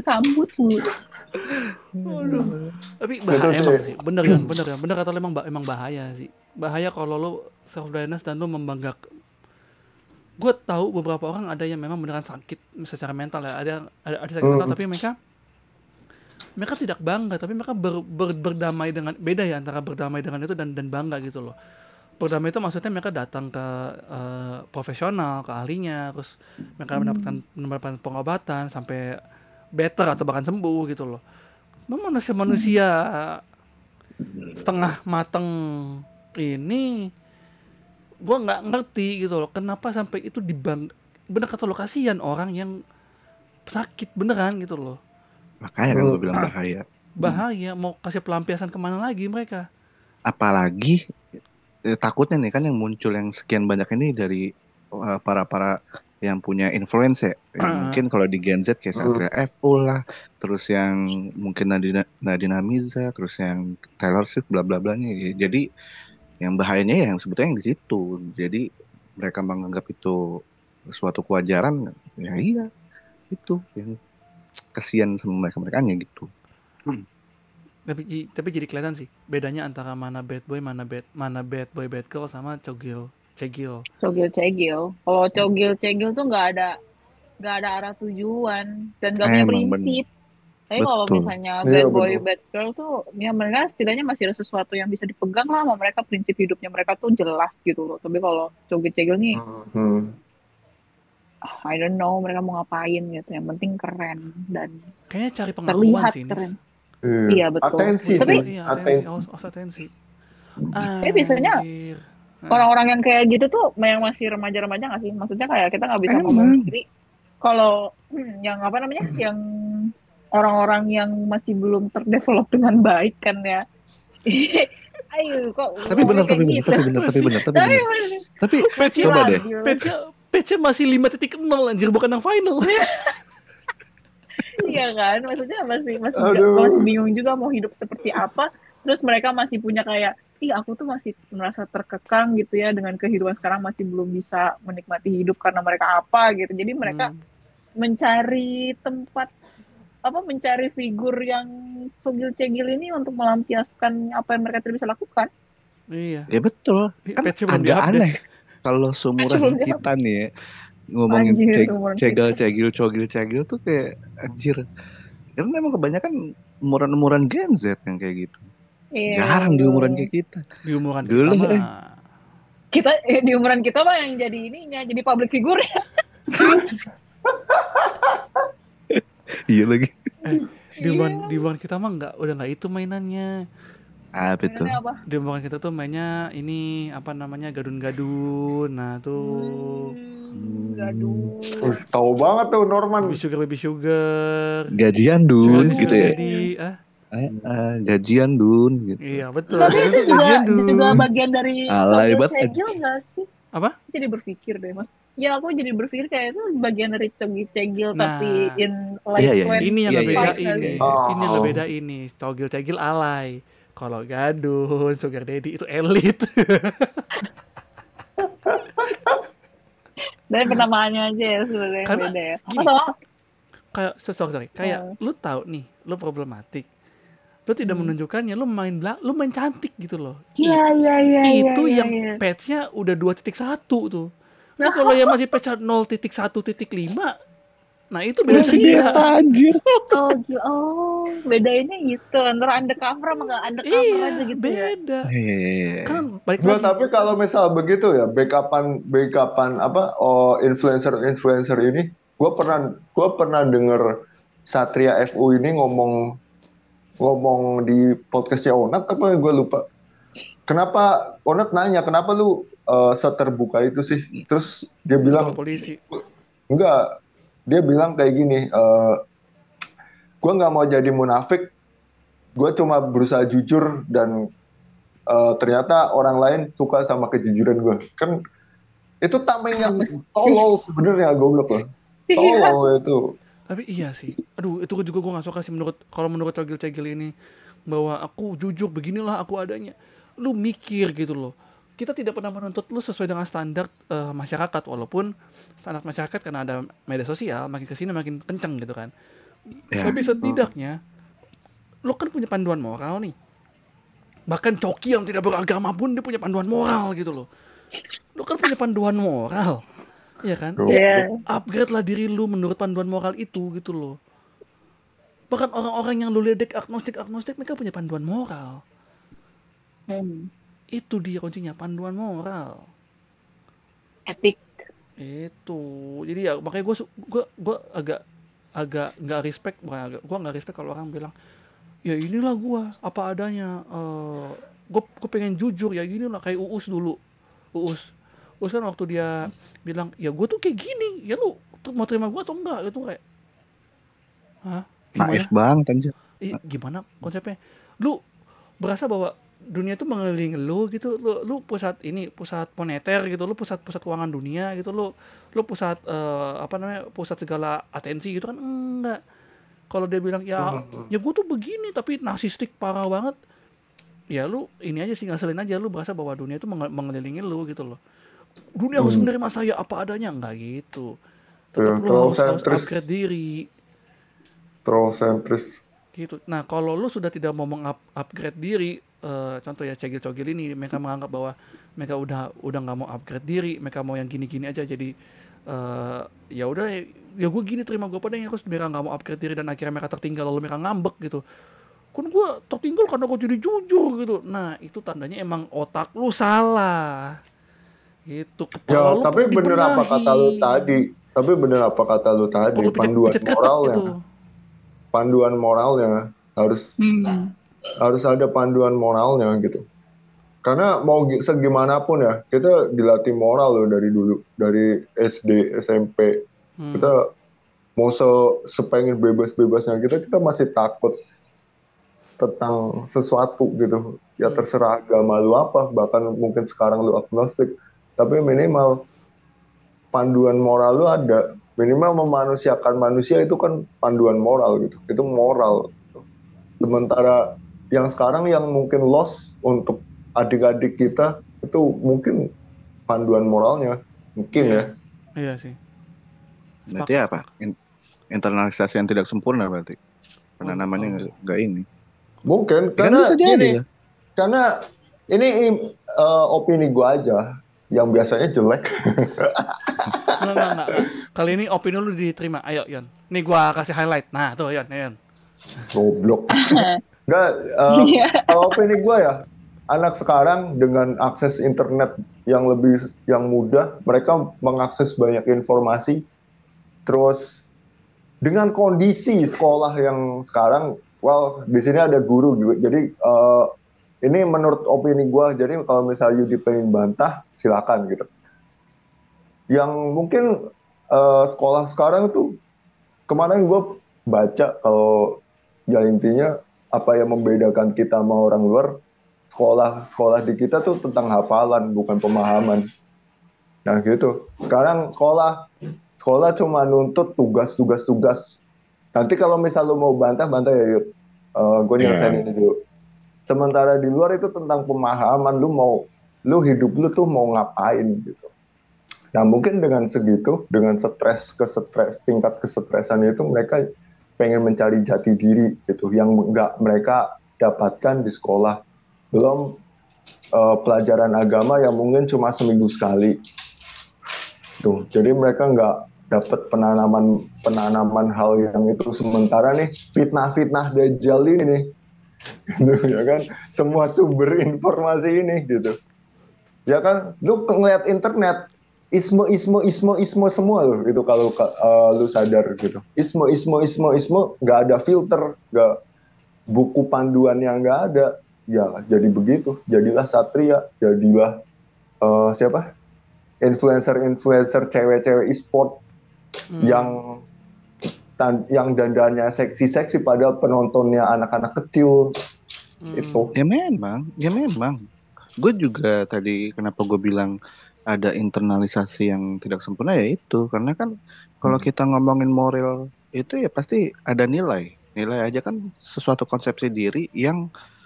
Aduh. Tapi bahaya emang sih. Bener kan? Bener kata lu, emang bahaya sih. Bahaya kalau lu self awareness dan lu membanggakan. Gue tahu beberapa orang ada yang memang beneran sakit secara mental ya. Ada sakit mental, tapi mereka tidak bangga, tapi mereka berdamai dengan, beda ya antara berdamai dengan itu dan bangga gitu loh. Berdamai itu maksudnya mereka datang ke profesional, ke ahlinya, terus mereka mendapatkan pengobatan sampai better atau bahkan sembuh gitu loh. Manusia setengah mateng ini, gue nggak ngerti gitu loh, kenapa sampai itu bener kata lo, kasihan orang yang sakit beneran gitu loh. Makanya kan gue bilang bahaya, mau kasih pelampiasan kemana lagi mereka. Apalagi takutnya nih kan yang muncul yang sekian banyak ini dari para yang punya influence ya. Mungkin kalau di Gen Z kayak Satria FO lah, terus yang mungkin Nadine Amiza, terus yang Taylor Swift bla bla blanya. Jadi yang bahayanya ya yang sebetulnya yang di situ. Jadi mereka menganggap itu suatu kewajaran, ya iya itu yang kasihan sama mereka-merekanya gitu. Tapi jadi kelihatan sih bedanya antara mana bad boy bad girl sama cegil. Kalau cegil tuh nggak ada arah tujuan dan nggak punya prinsip. Tapi kalau misalnya bad boy bad girl tuh ya mereka setidaknya masih ada sesuatu yang bisa dipegang lah sama mereka, prinsip hidupnya mereka tuh jelas gitu loh. Tapi kalau cegil nih I don't know mereka mau ngapain gitu, yang penting keren dan kayaknya cari pengakuan sih keren. Iya betul. Atensi sih. Atensi. Tapi biasanya orang-orang yang kayak gitu tuh yang masih remaja-remaja nggak sih? Maksudnya kayak kita nggak bisa ngomong diri. Kalau yang apa namanya, yang orang-orang yang masih belum terdevelop dengan baik kan ya. Ayo kok. Tapi benar. Tapi coba deh. Patch-nya masih 5.0 anjir, bukan yang final. Iya kan, maksudnya masih bingung juga mau hidup seperti apa. Terus mereka masih punya kayak, aku tuh masih merasa terkekang gitu ya dengan kehidupan sekarang, masih belum bisa menikmati hidup karena mereka apa gitu. Jadi mereka mencari tempat mencari figur yang cegil ini untuk melampiaskan apa yang mereka tidak bisa lakukan. Iya. Ya betul. Kan agak aneh kalau seumuran kita nih ya, ngomongin cegil tuh kayak anjir. Karena memang kebanyakan umuran Gen Z yang kayak gitu. Jarang di umuran kayak kita. Di umuran kita mah Kita di umuran kita mah yang jadi ininya, jadi public figure ya. Iya lagi. Di umuran kita mah udah nggak itu mainannya. Betul. Mainannya apa? Di umuran kita tuh mainnya ini apa namanya gadun-gadun. Nah tuh. Gaduh. Tahu banget tuh Norman. Baby sugar. Gajian Sugar Dun daddy, gitu sugar ya. daddy. Gajian Dun gitu. Iya betul. Tapi Itu itu gajian juga dun. bagian dari Alay banget. cogil nggak sih? Apa? Jadi berpikir deh mas. Ya aku jadi berpikir kayak itu bagian dari cegil Nah, tapi in iya, light iya. when Ini yang Iya, ngebeda five ini. kali. Ini yang ngebeda ini. Cogil-cegil alay. Kalau gadun, sugar daddy itu elit. Dan penamaannya aja ya sebenarnya yang Karena beda ya. gini, Sama kayak sorry. Kayak lu tahu nih, lu problematik. Lu tidak menunjukkannya, lu main cantik gitu loh. Iya. Itu yang patch-nya udah 2.1 tuh. Lu kalau yang masih patch 0.1.5, nah itu beda cerita. Anjir. Oh, bedainnya gitu antara undercover sama nggak undercover aja gitu ya. Beda. Iya. Kan balik Nggak, lagi. tapi kalau misal begitu ya, backupan apa influencer ini, gue pernah denger Satria FU ini ngomong di podcastnya Onat apa gue lupa. Kenapa Onat nanya kenapa lu seterbuka itu sih? Terus dia bilang Polisi. enggak. Dia bilang kayak gini, gue nggak mau jadi munafik, gue cuma berusaha jujur dan ternyata orang lain suka sama kejujuran gue. Kan itu tameng yang tolol sebenarnya, goblok loh. Tolol itu. Tapi iya sih. Aduh, itu juga gue gak suka sih menurut cogil-cegil ini. Bahwa aku jujur, beginilah aku adanya. Lu mikir gitu loh. Kita tidak pernah menuntut lu sesuai dengan standar masyarakat. Walaupun standar masyarakat karena ada media sosial, makin kesini makin kenceng gitu kan. Ya. Tapi setidaknya, lu kan punya panduan moral nih. Bahkan coki yang tidak beragama pun dia punya panduan moral gitu loh. Lu kan punya panduan moral. Iya kan? Iya. Upgrade lah diri lu menurut panduan moral itu gitu loh. Bahkan orang-orang yang lu ledek agnostik mereka punya panduan moral. Itu dia kuncinya, panduan moral. Etik. Itu. Jadi ya makanya gue agak nggak respect, gue nggak respect kalau orang bilang ya inilah gue apa adanya. Gue pengen jujur ya gini lah, kayak Uus dulu. Uus kan waktu dia bilang ya gue tuh kayak gini, ya lu mau terima gue atau enggak gitu kayak, hah? Naif banget anjir. Gimana konsepnya? Lu berasa bahwa dunia itu mengelilingi lu gitu, lu pusat moneter gitu, lu pusat keuangan dunia gitu, lu pusat pusat segala atensi gitu kan, enggak. Kalau dia bilang ya gue tuh begini tapi narsistik parah banget, ya lu ini aja sih, ngaselin aja, lu berasa bahwa dunia itu mengelilingi lu gitu loh. Dunia harus menerima saya apa adanya, enggak gitu. Tetap lu harus upgrade diri. Terlalu sentris. Gitu. Nah, kalau lu sudah tidak mau upgrade diri, contoh ya cegil-cogil ini, mereka menganggap bahwa mereka udah nggak mau upgrade diri, mereka mau yang gini-gini aja, jadi ya udah ya gue gini, terima gue padanya, terus mereka nggak mau upgrade diri dan akhirnya mereka tertinggal, lalu mereka ngambek gitu. Kan gue tertinggal karena gue jadi jujur gitu. Nah, itu tandanya emang otak lu salah. Gitu. Ya, tapi bener apa kata lu tadi? Panduan moralnya harus ada panduan moralnya gitu. Karena mau segimanapun ya, kita dilatih moral loh dari dulu, dari SD, SMP. Kita mau sepengen bebas-bebasnya kita masih takut tentang sesuatu gitu. Ya terserah agama lu apa, bahkan mungkin sekarang lu agnostik, tapi minimal panduan moral lu ada. Minimal memanusiakan manusia itu kan panduan moral gitu. Itu moral. Sementara yang sekarang yang mungkin lost untuk adik-adik kita itu mungkin panduan moralnya. Mungkin ya. Iya sih. Berarti apa? Internalisasi yang tidak sempurna berarti. Karena namanya nggak ini. Mungkin karena gini. Karena ini opini gua aja yang biasanya jelek. Nggak. Kali ini opini lu diterima. Ayo, Yon. Nih gua kasih highlight. Nah, tuh Yon. Goblok. Enggak, kalau opini gua ya, anak sekarang dengan akses internet yang mudah, mereka mengakses banyak informasi. Terus dengan kondisi sekolah yang sekarang, di sini ada guru juga. Jadi ini menurut opini gue. Jadi kalau misalnya Yudi pengen bantah, silakan gitu. Yang mungkin sekolah sekarang tuh, kemarin gue baca kalau ya intinya apa yang membedakan kita sama orang luar, sekolah di kita tuh tentang hafalan, bukan pemahaman. Nah gitu. Sekarang sekolah cuma nuntut tugas. Nanti kalau misal lu mau bantah ya Yud. Gue nyelesain ini dulu. Sementara di luar itu tentang pemahaman, lu hidup lu tuh mau ngapain gitu. Nah mungkin dengan segitu, dengan tingkat kesetresan itu, mereka pengen mencari jati diri gitu, yang nggak mereka dapatkan di sekolah. Belum pelajaran agama yang mungkin cuma seminggu sekali. Tuh, jadi mereka nggak dapat penanaman hal yang itu. Sementara nih fitnah Dajjal ini nih, gitu, ya kan, semua sumber informasi ini gitu, ya kan, lu ngeliat internet isme semua loh gitu. Kalau lu sadar gitu, isme nggak ada filter, nggak, buku panduan yang nggak ada, ya jadi begitu. Jadilah Satria, jadilah siapa, influencer cewek-cewek e-sport yang dandannya seksi padahal penontonnya anak-anak kecil. Itu ya memang gue juga tadi kenapa gue bilang ada internalisasi yang tidak sempurna, ya itu karena kan kalau kita ngomongin moral itu ya pasti ada nilai aja kan, sesuatu konsepsi diri yang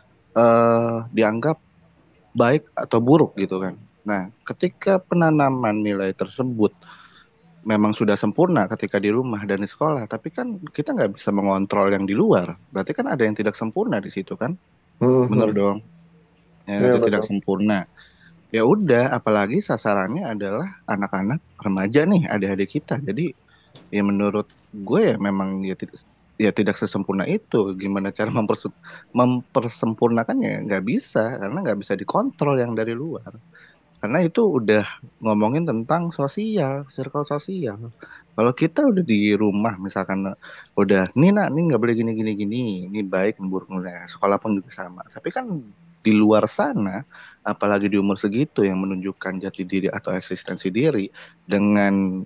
dianggap baik atau buruk gitu kan. Nah ketika penanaman nilai tersebut memang sudah sempurna ketika di rumah dan di sekolah, tapi kan kita nggak bisa mengontrol yang di luar, berarti kan ada yang tidak sempurna di situ kan. Bener dong ya, itu tidak sempurna. Ya udah, apalagi sasarannya adalah anak-anak remaja nih, adik-adik kita. Jadi ya menurut gue ya memang ya tidak sesempurna itu. Gimana cara mempersempurnakannya, nggak bisa, karena nggak bisa dikontrol yang dari luar. Karena itu udah ngomongin tentang sosial, circle sosial. Kalau kita udah di rumah misalkan udah nih nggak boleh gini, ini baik buruk, sekolah pun juga sama. Tapi kan di luar sana, apalagi di umur segitu yang menunjukkan jati diri atau eksistensi diri dengan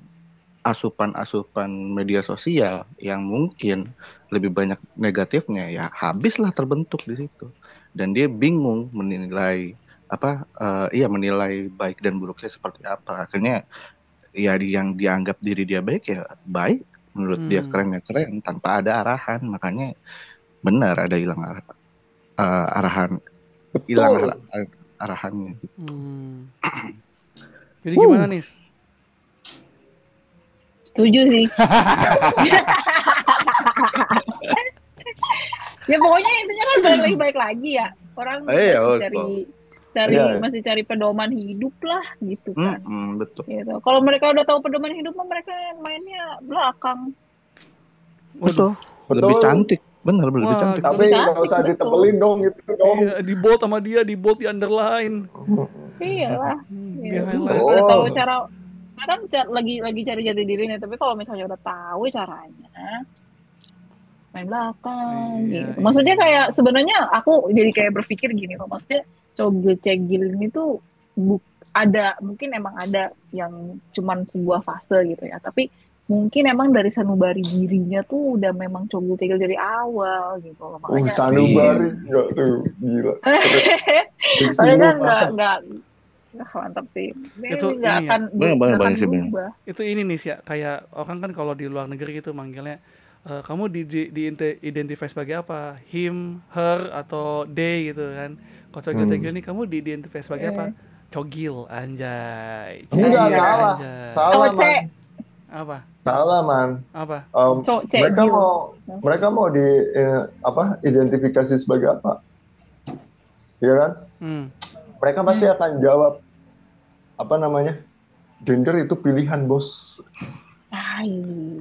asupan media sosial yang mungkin lebih banyak negatifnya, ya habislah terbentuk di situ. Dan dia bingung menilai menilai baik dan buruknya seperti apa. Akhirnya ya yang dianggap diri dia baik ya baik, menurut dia keren ya keren, tanpa ada arahan. Makanya benar ada hilang arahan, hilang arahannya. Jadi gimana nih? Setuju sih. Ya pokoknya intinya kan balik lagi ya, orang masih cari pedoman hidup lah gitu kan. Betul. Gitu. Kalau mereka udah tahu pedoman hidup, mereka mainnya belakang. Betul. Lebih cantik, benar lebih cantik. Tapi nggak usah ditebelin dong gitu dong. Iya, di bold sama dia, di bold, di underline. Iyalah. Udah tahu cara, kan lagi cari jati diri nih. Tapi kalau misalnya udah tahu caranya, main belakang gitu. Maksudnya kayak sebenarnya aku jadi kayak berpikir gini loh, maksudnya cogil-cegil ini tuh mungkin emang ada yang cuman sebuah fase gitu ya, tapi mungkin emang dari sanubari dirinya tuh udah memang cogil-cegil dari awal gitu loh. Makanya sanubari enggak tuh gila. Padahal enggak mantap sih. Itu nggak akan berubah. Itu ini nih sih ya, kayak orang kan kalau di luar negeri gitu manggilnya kamu identify sebagai apa? Him, her, atau they gitu kan. Kalau cogil-cegil nih kamu identify sebagai apa? Cogil, anjay. Enggak, salah man. Apa? Salah man. Apa? Mereka mau identifikasi sebagai apa? Iya kan? Mereka pasti akan jawab gender itu pilihan, bos.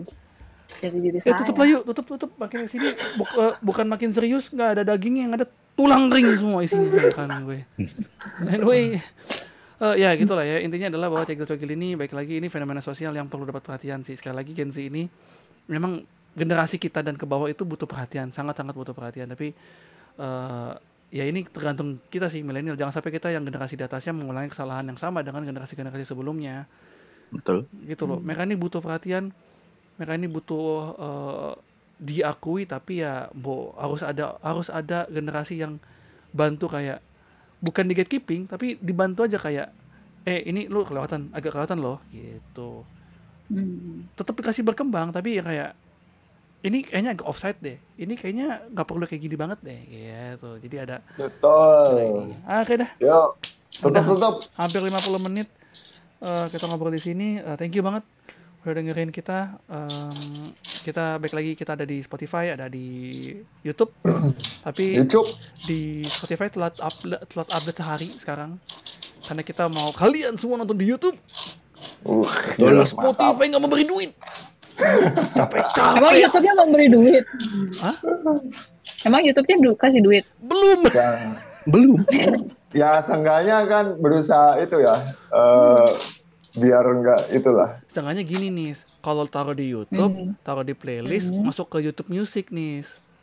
Jadi diri saya. Tutup lah yuk, tutup makin sini bukan makin serius, nggak ada dagingnya, yang ada tulang ring semua isinya kan gue. Anyway, ya gitulah ya, intinya adalah bahwa cegil-cogil ini baik lagi ini fenomena sosial yang perlu dapat perhatian sih. Sekali lagi Gen Z ini memang generasi kita dan ke bawah itu butuh perhatian, sangat-sangat butuh perhatian. Tapi ya ini tergantung kita sih milenial, jangan sampai kita yang generasi di atasnya mengulangi kesalahan yang sama dengan generasi-generasi sebelumnya. Betul. Gitu loh. Mereka ini butuh perhatian, mereka ini butuh diakui, tapi ya harus ada generasi yang bantu, kayak bukan di gatekeeping tapi dibantu aja, kayak ini lu agak kelewatan loh gitu. Tetap dikasih berkembang, tapi ya kayak ini kayaknya agak offside deh, ini kayaknya nggak perlu kayak gini banget deh gitu. Jadi ada Betul. oke dah. Yo, tutup. Hampir 50 menit kita ngobrol di sini. Thank you banget udah dengerin kita. Kita baik lagi, kita ada di Spotify, ada di YouTube. Tapi YouTube. di Spotify telat update sehari sekarang, karena kita mau kalian semua nonton di YouTube. Karena Spotify nggak memberi duit. Capek. Emang YouTube-nya memberi duit? Hah? Emang YouTube-nya kasih duit? Belum. Ya seenggaknya kan berusaha itu ya, biar enggak itulah. Seenggaknya gini nih, kalau taruh di YouTube, taruh di playlist, masuk ke YouTube Music nih.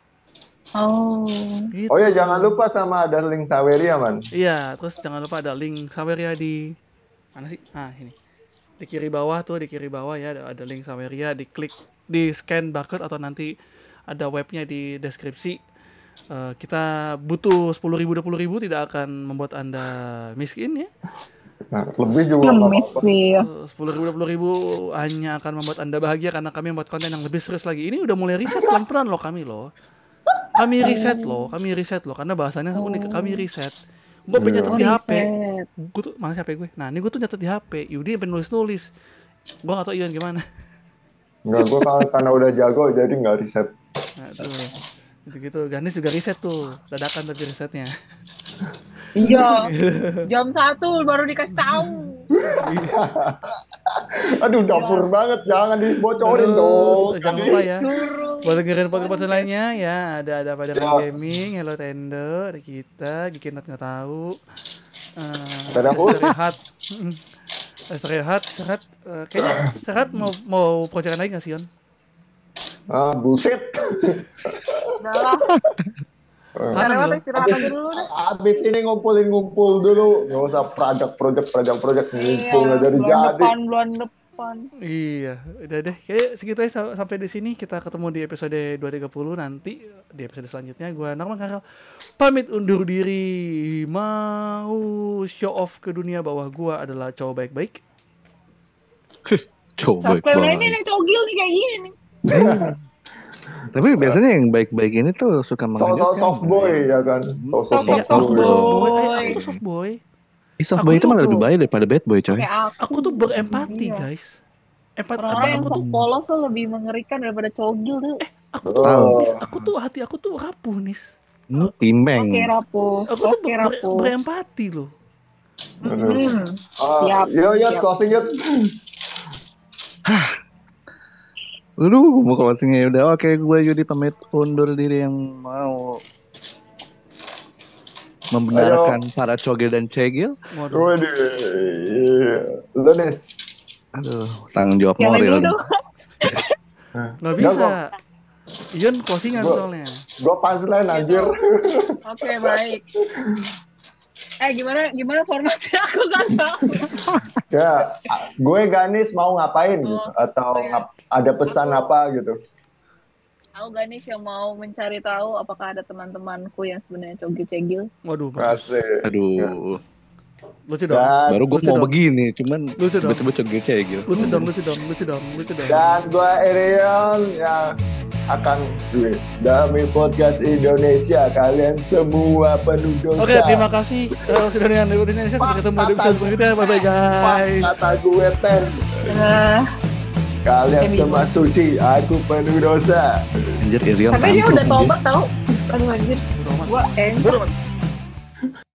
Gitu. Oh ya, jangan lupa sama ada link Saweria, man. Iya, terus jangan lupa ada link Saweria di mana sih? Ini. Di kiri bawah ya ada link Saweria, diklik, di scan barcode atau nanti ada webnya di deskripsi. Kita butuh 10.000 20.000 tidak akan membuat Anda miskin ya. Nah, lebih juga ngemis nih. 10.000 20.000 hanya akan membuat Anda bahagia karena kami membuat konten yang lebih serius lagi. Ini udah mulai riset pelan-pelan loh kami loh. Kami riset loh karena bahasanya unik. Kami riset. Gue pengen nyatet di HP. Gue tuh mana sih HP gue? Nah, ini gue tuh nyatet di HP. Yudi pengen nulis. Gue gak tau Ian gimana. Enggak, gue karena udah jago jadi nggak riset. Nah, tuh. Gitu-gitu. Ganis juga riset tuh. Dadakan tapi risetnya. Iya. Jam 1 baru dikasih tahu. Aduh, dapur banget, jangan dibocorin dong. Jangan lupa ya. Buat dengerin podcast lainnya ya, ada pada gaming, Hello Tender, ada kita, Gikinot nggak tahu. Serehat. Kayaknya Serehat mau proyekan lagi nggak sih, Yon? Bullshit. Udah. Karena istirahat aja dulu deh. Abis ini ngumpul dulu, nggak usah project ngumpul nggak jadi. Bulan depan. Iya, udah deh. Kayak segitu aja sampai di sini. Kita ketemu di episode 230 nanti di episode selanjutnya. Gua Norman Karel pamit undur diri. Mau show off ke dunia bahwa gua adalah cowok baik-baik. Cowok baik-baik. Ini nih cogil nih kayak gini nih. Tapi biasanya yang baik-baik ini tuh suka mengejutkan. Soft boy ya kan. Soft boy. Aku tuh soft boy. Soft boy itu malah lebih baik daripada bad boy, coy. Aku tuh berempati, guys. Orang yang sok polos tuh lebih mengerikan daripada cogil tuh. Hati aku tuh rapuh, Nis. Timbeng. Oke, rapuh. Aku tuh berempati loh. Yuk, closing yuk. Aduh, mau closingnya udah. Oke, gue Yudi pamit undur diri yang mau membenarkan para cogil dan cegil. Waduh. Lu Nis. Aduh, tanggung jawab moral. Nggak bisa. Ian closingan soalnya. Gue punchline anjir. Oke, baik. Gimana formatnya? Aku nggak tahu. Ya, gue Ganis mau ngapain gitu, atau ada pesan apa gitu. Aku Ganis yang mau mencari tahu apakah ada teman-temanku yang sebenarnya cogil-cegil. Waduh, kasih. Aduh. Lucu dong. Baru gue mau begini, cuman coba cogil-cegil. Lucu dong. Dan gue Irion yang akan demi podcast Indonesia, kalian semua penuh dosa. Oke, terima kasih sudah dengan Indonesia. Sampai ketemu di episode berikutnya. Bye guys. Kata gue kalian semua suci, aku penuh dosa. Anjir, Irion. Tapi dia udah tobat tau. Aduh anjir. Gua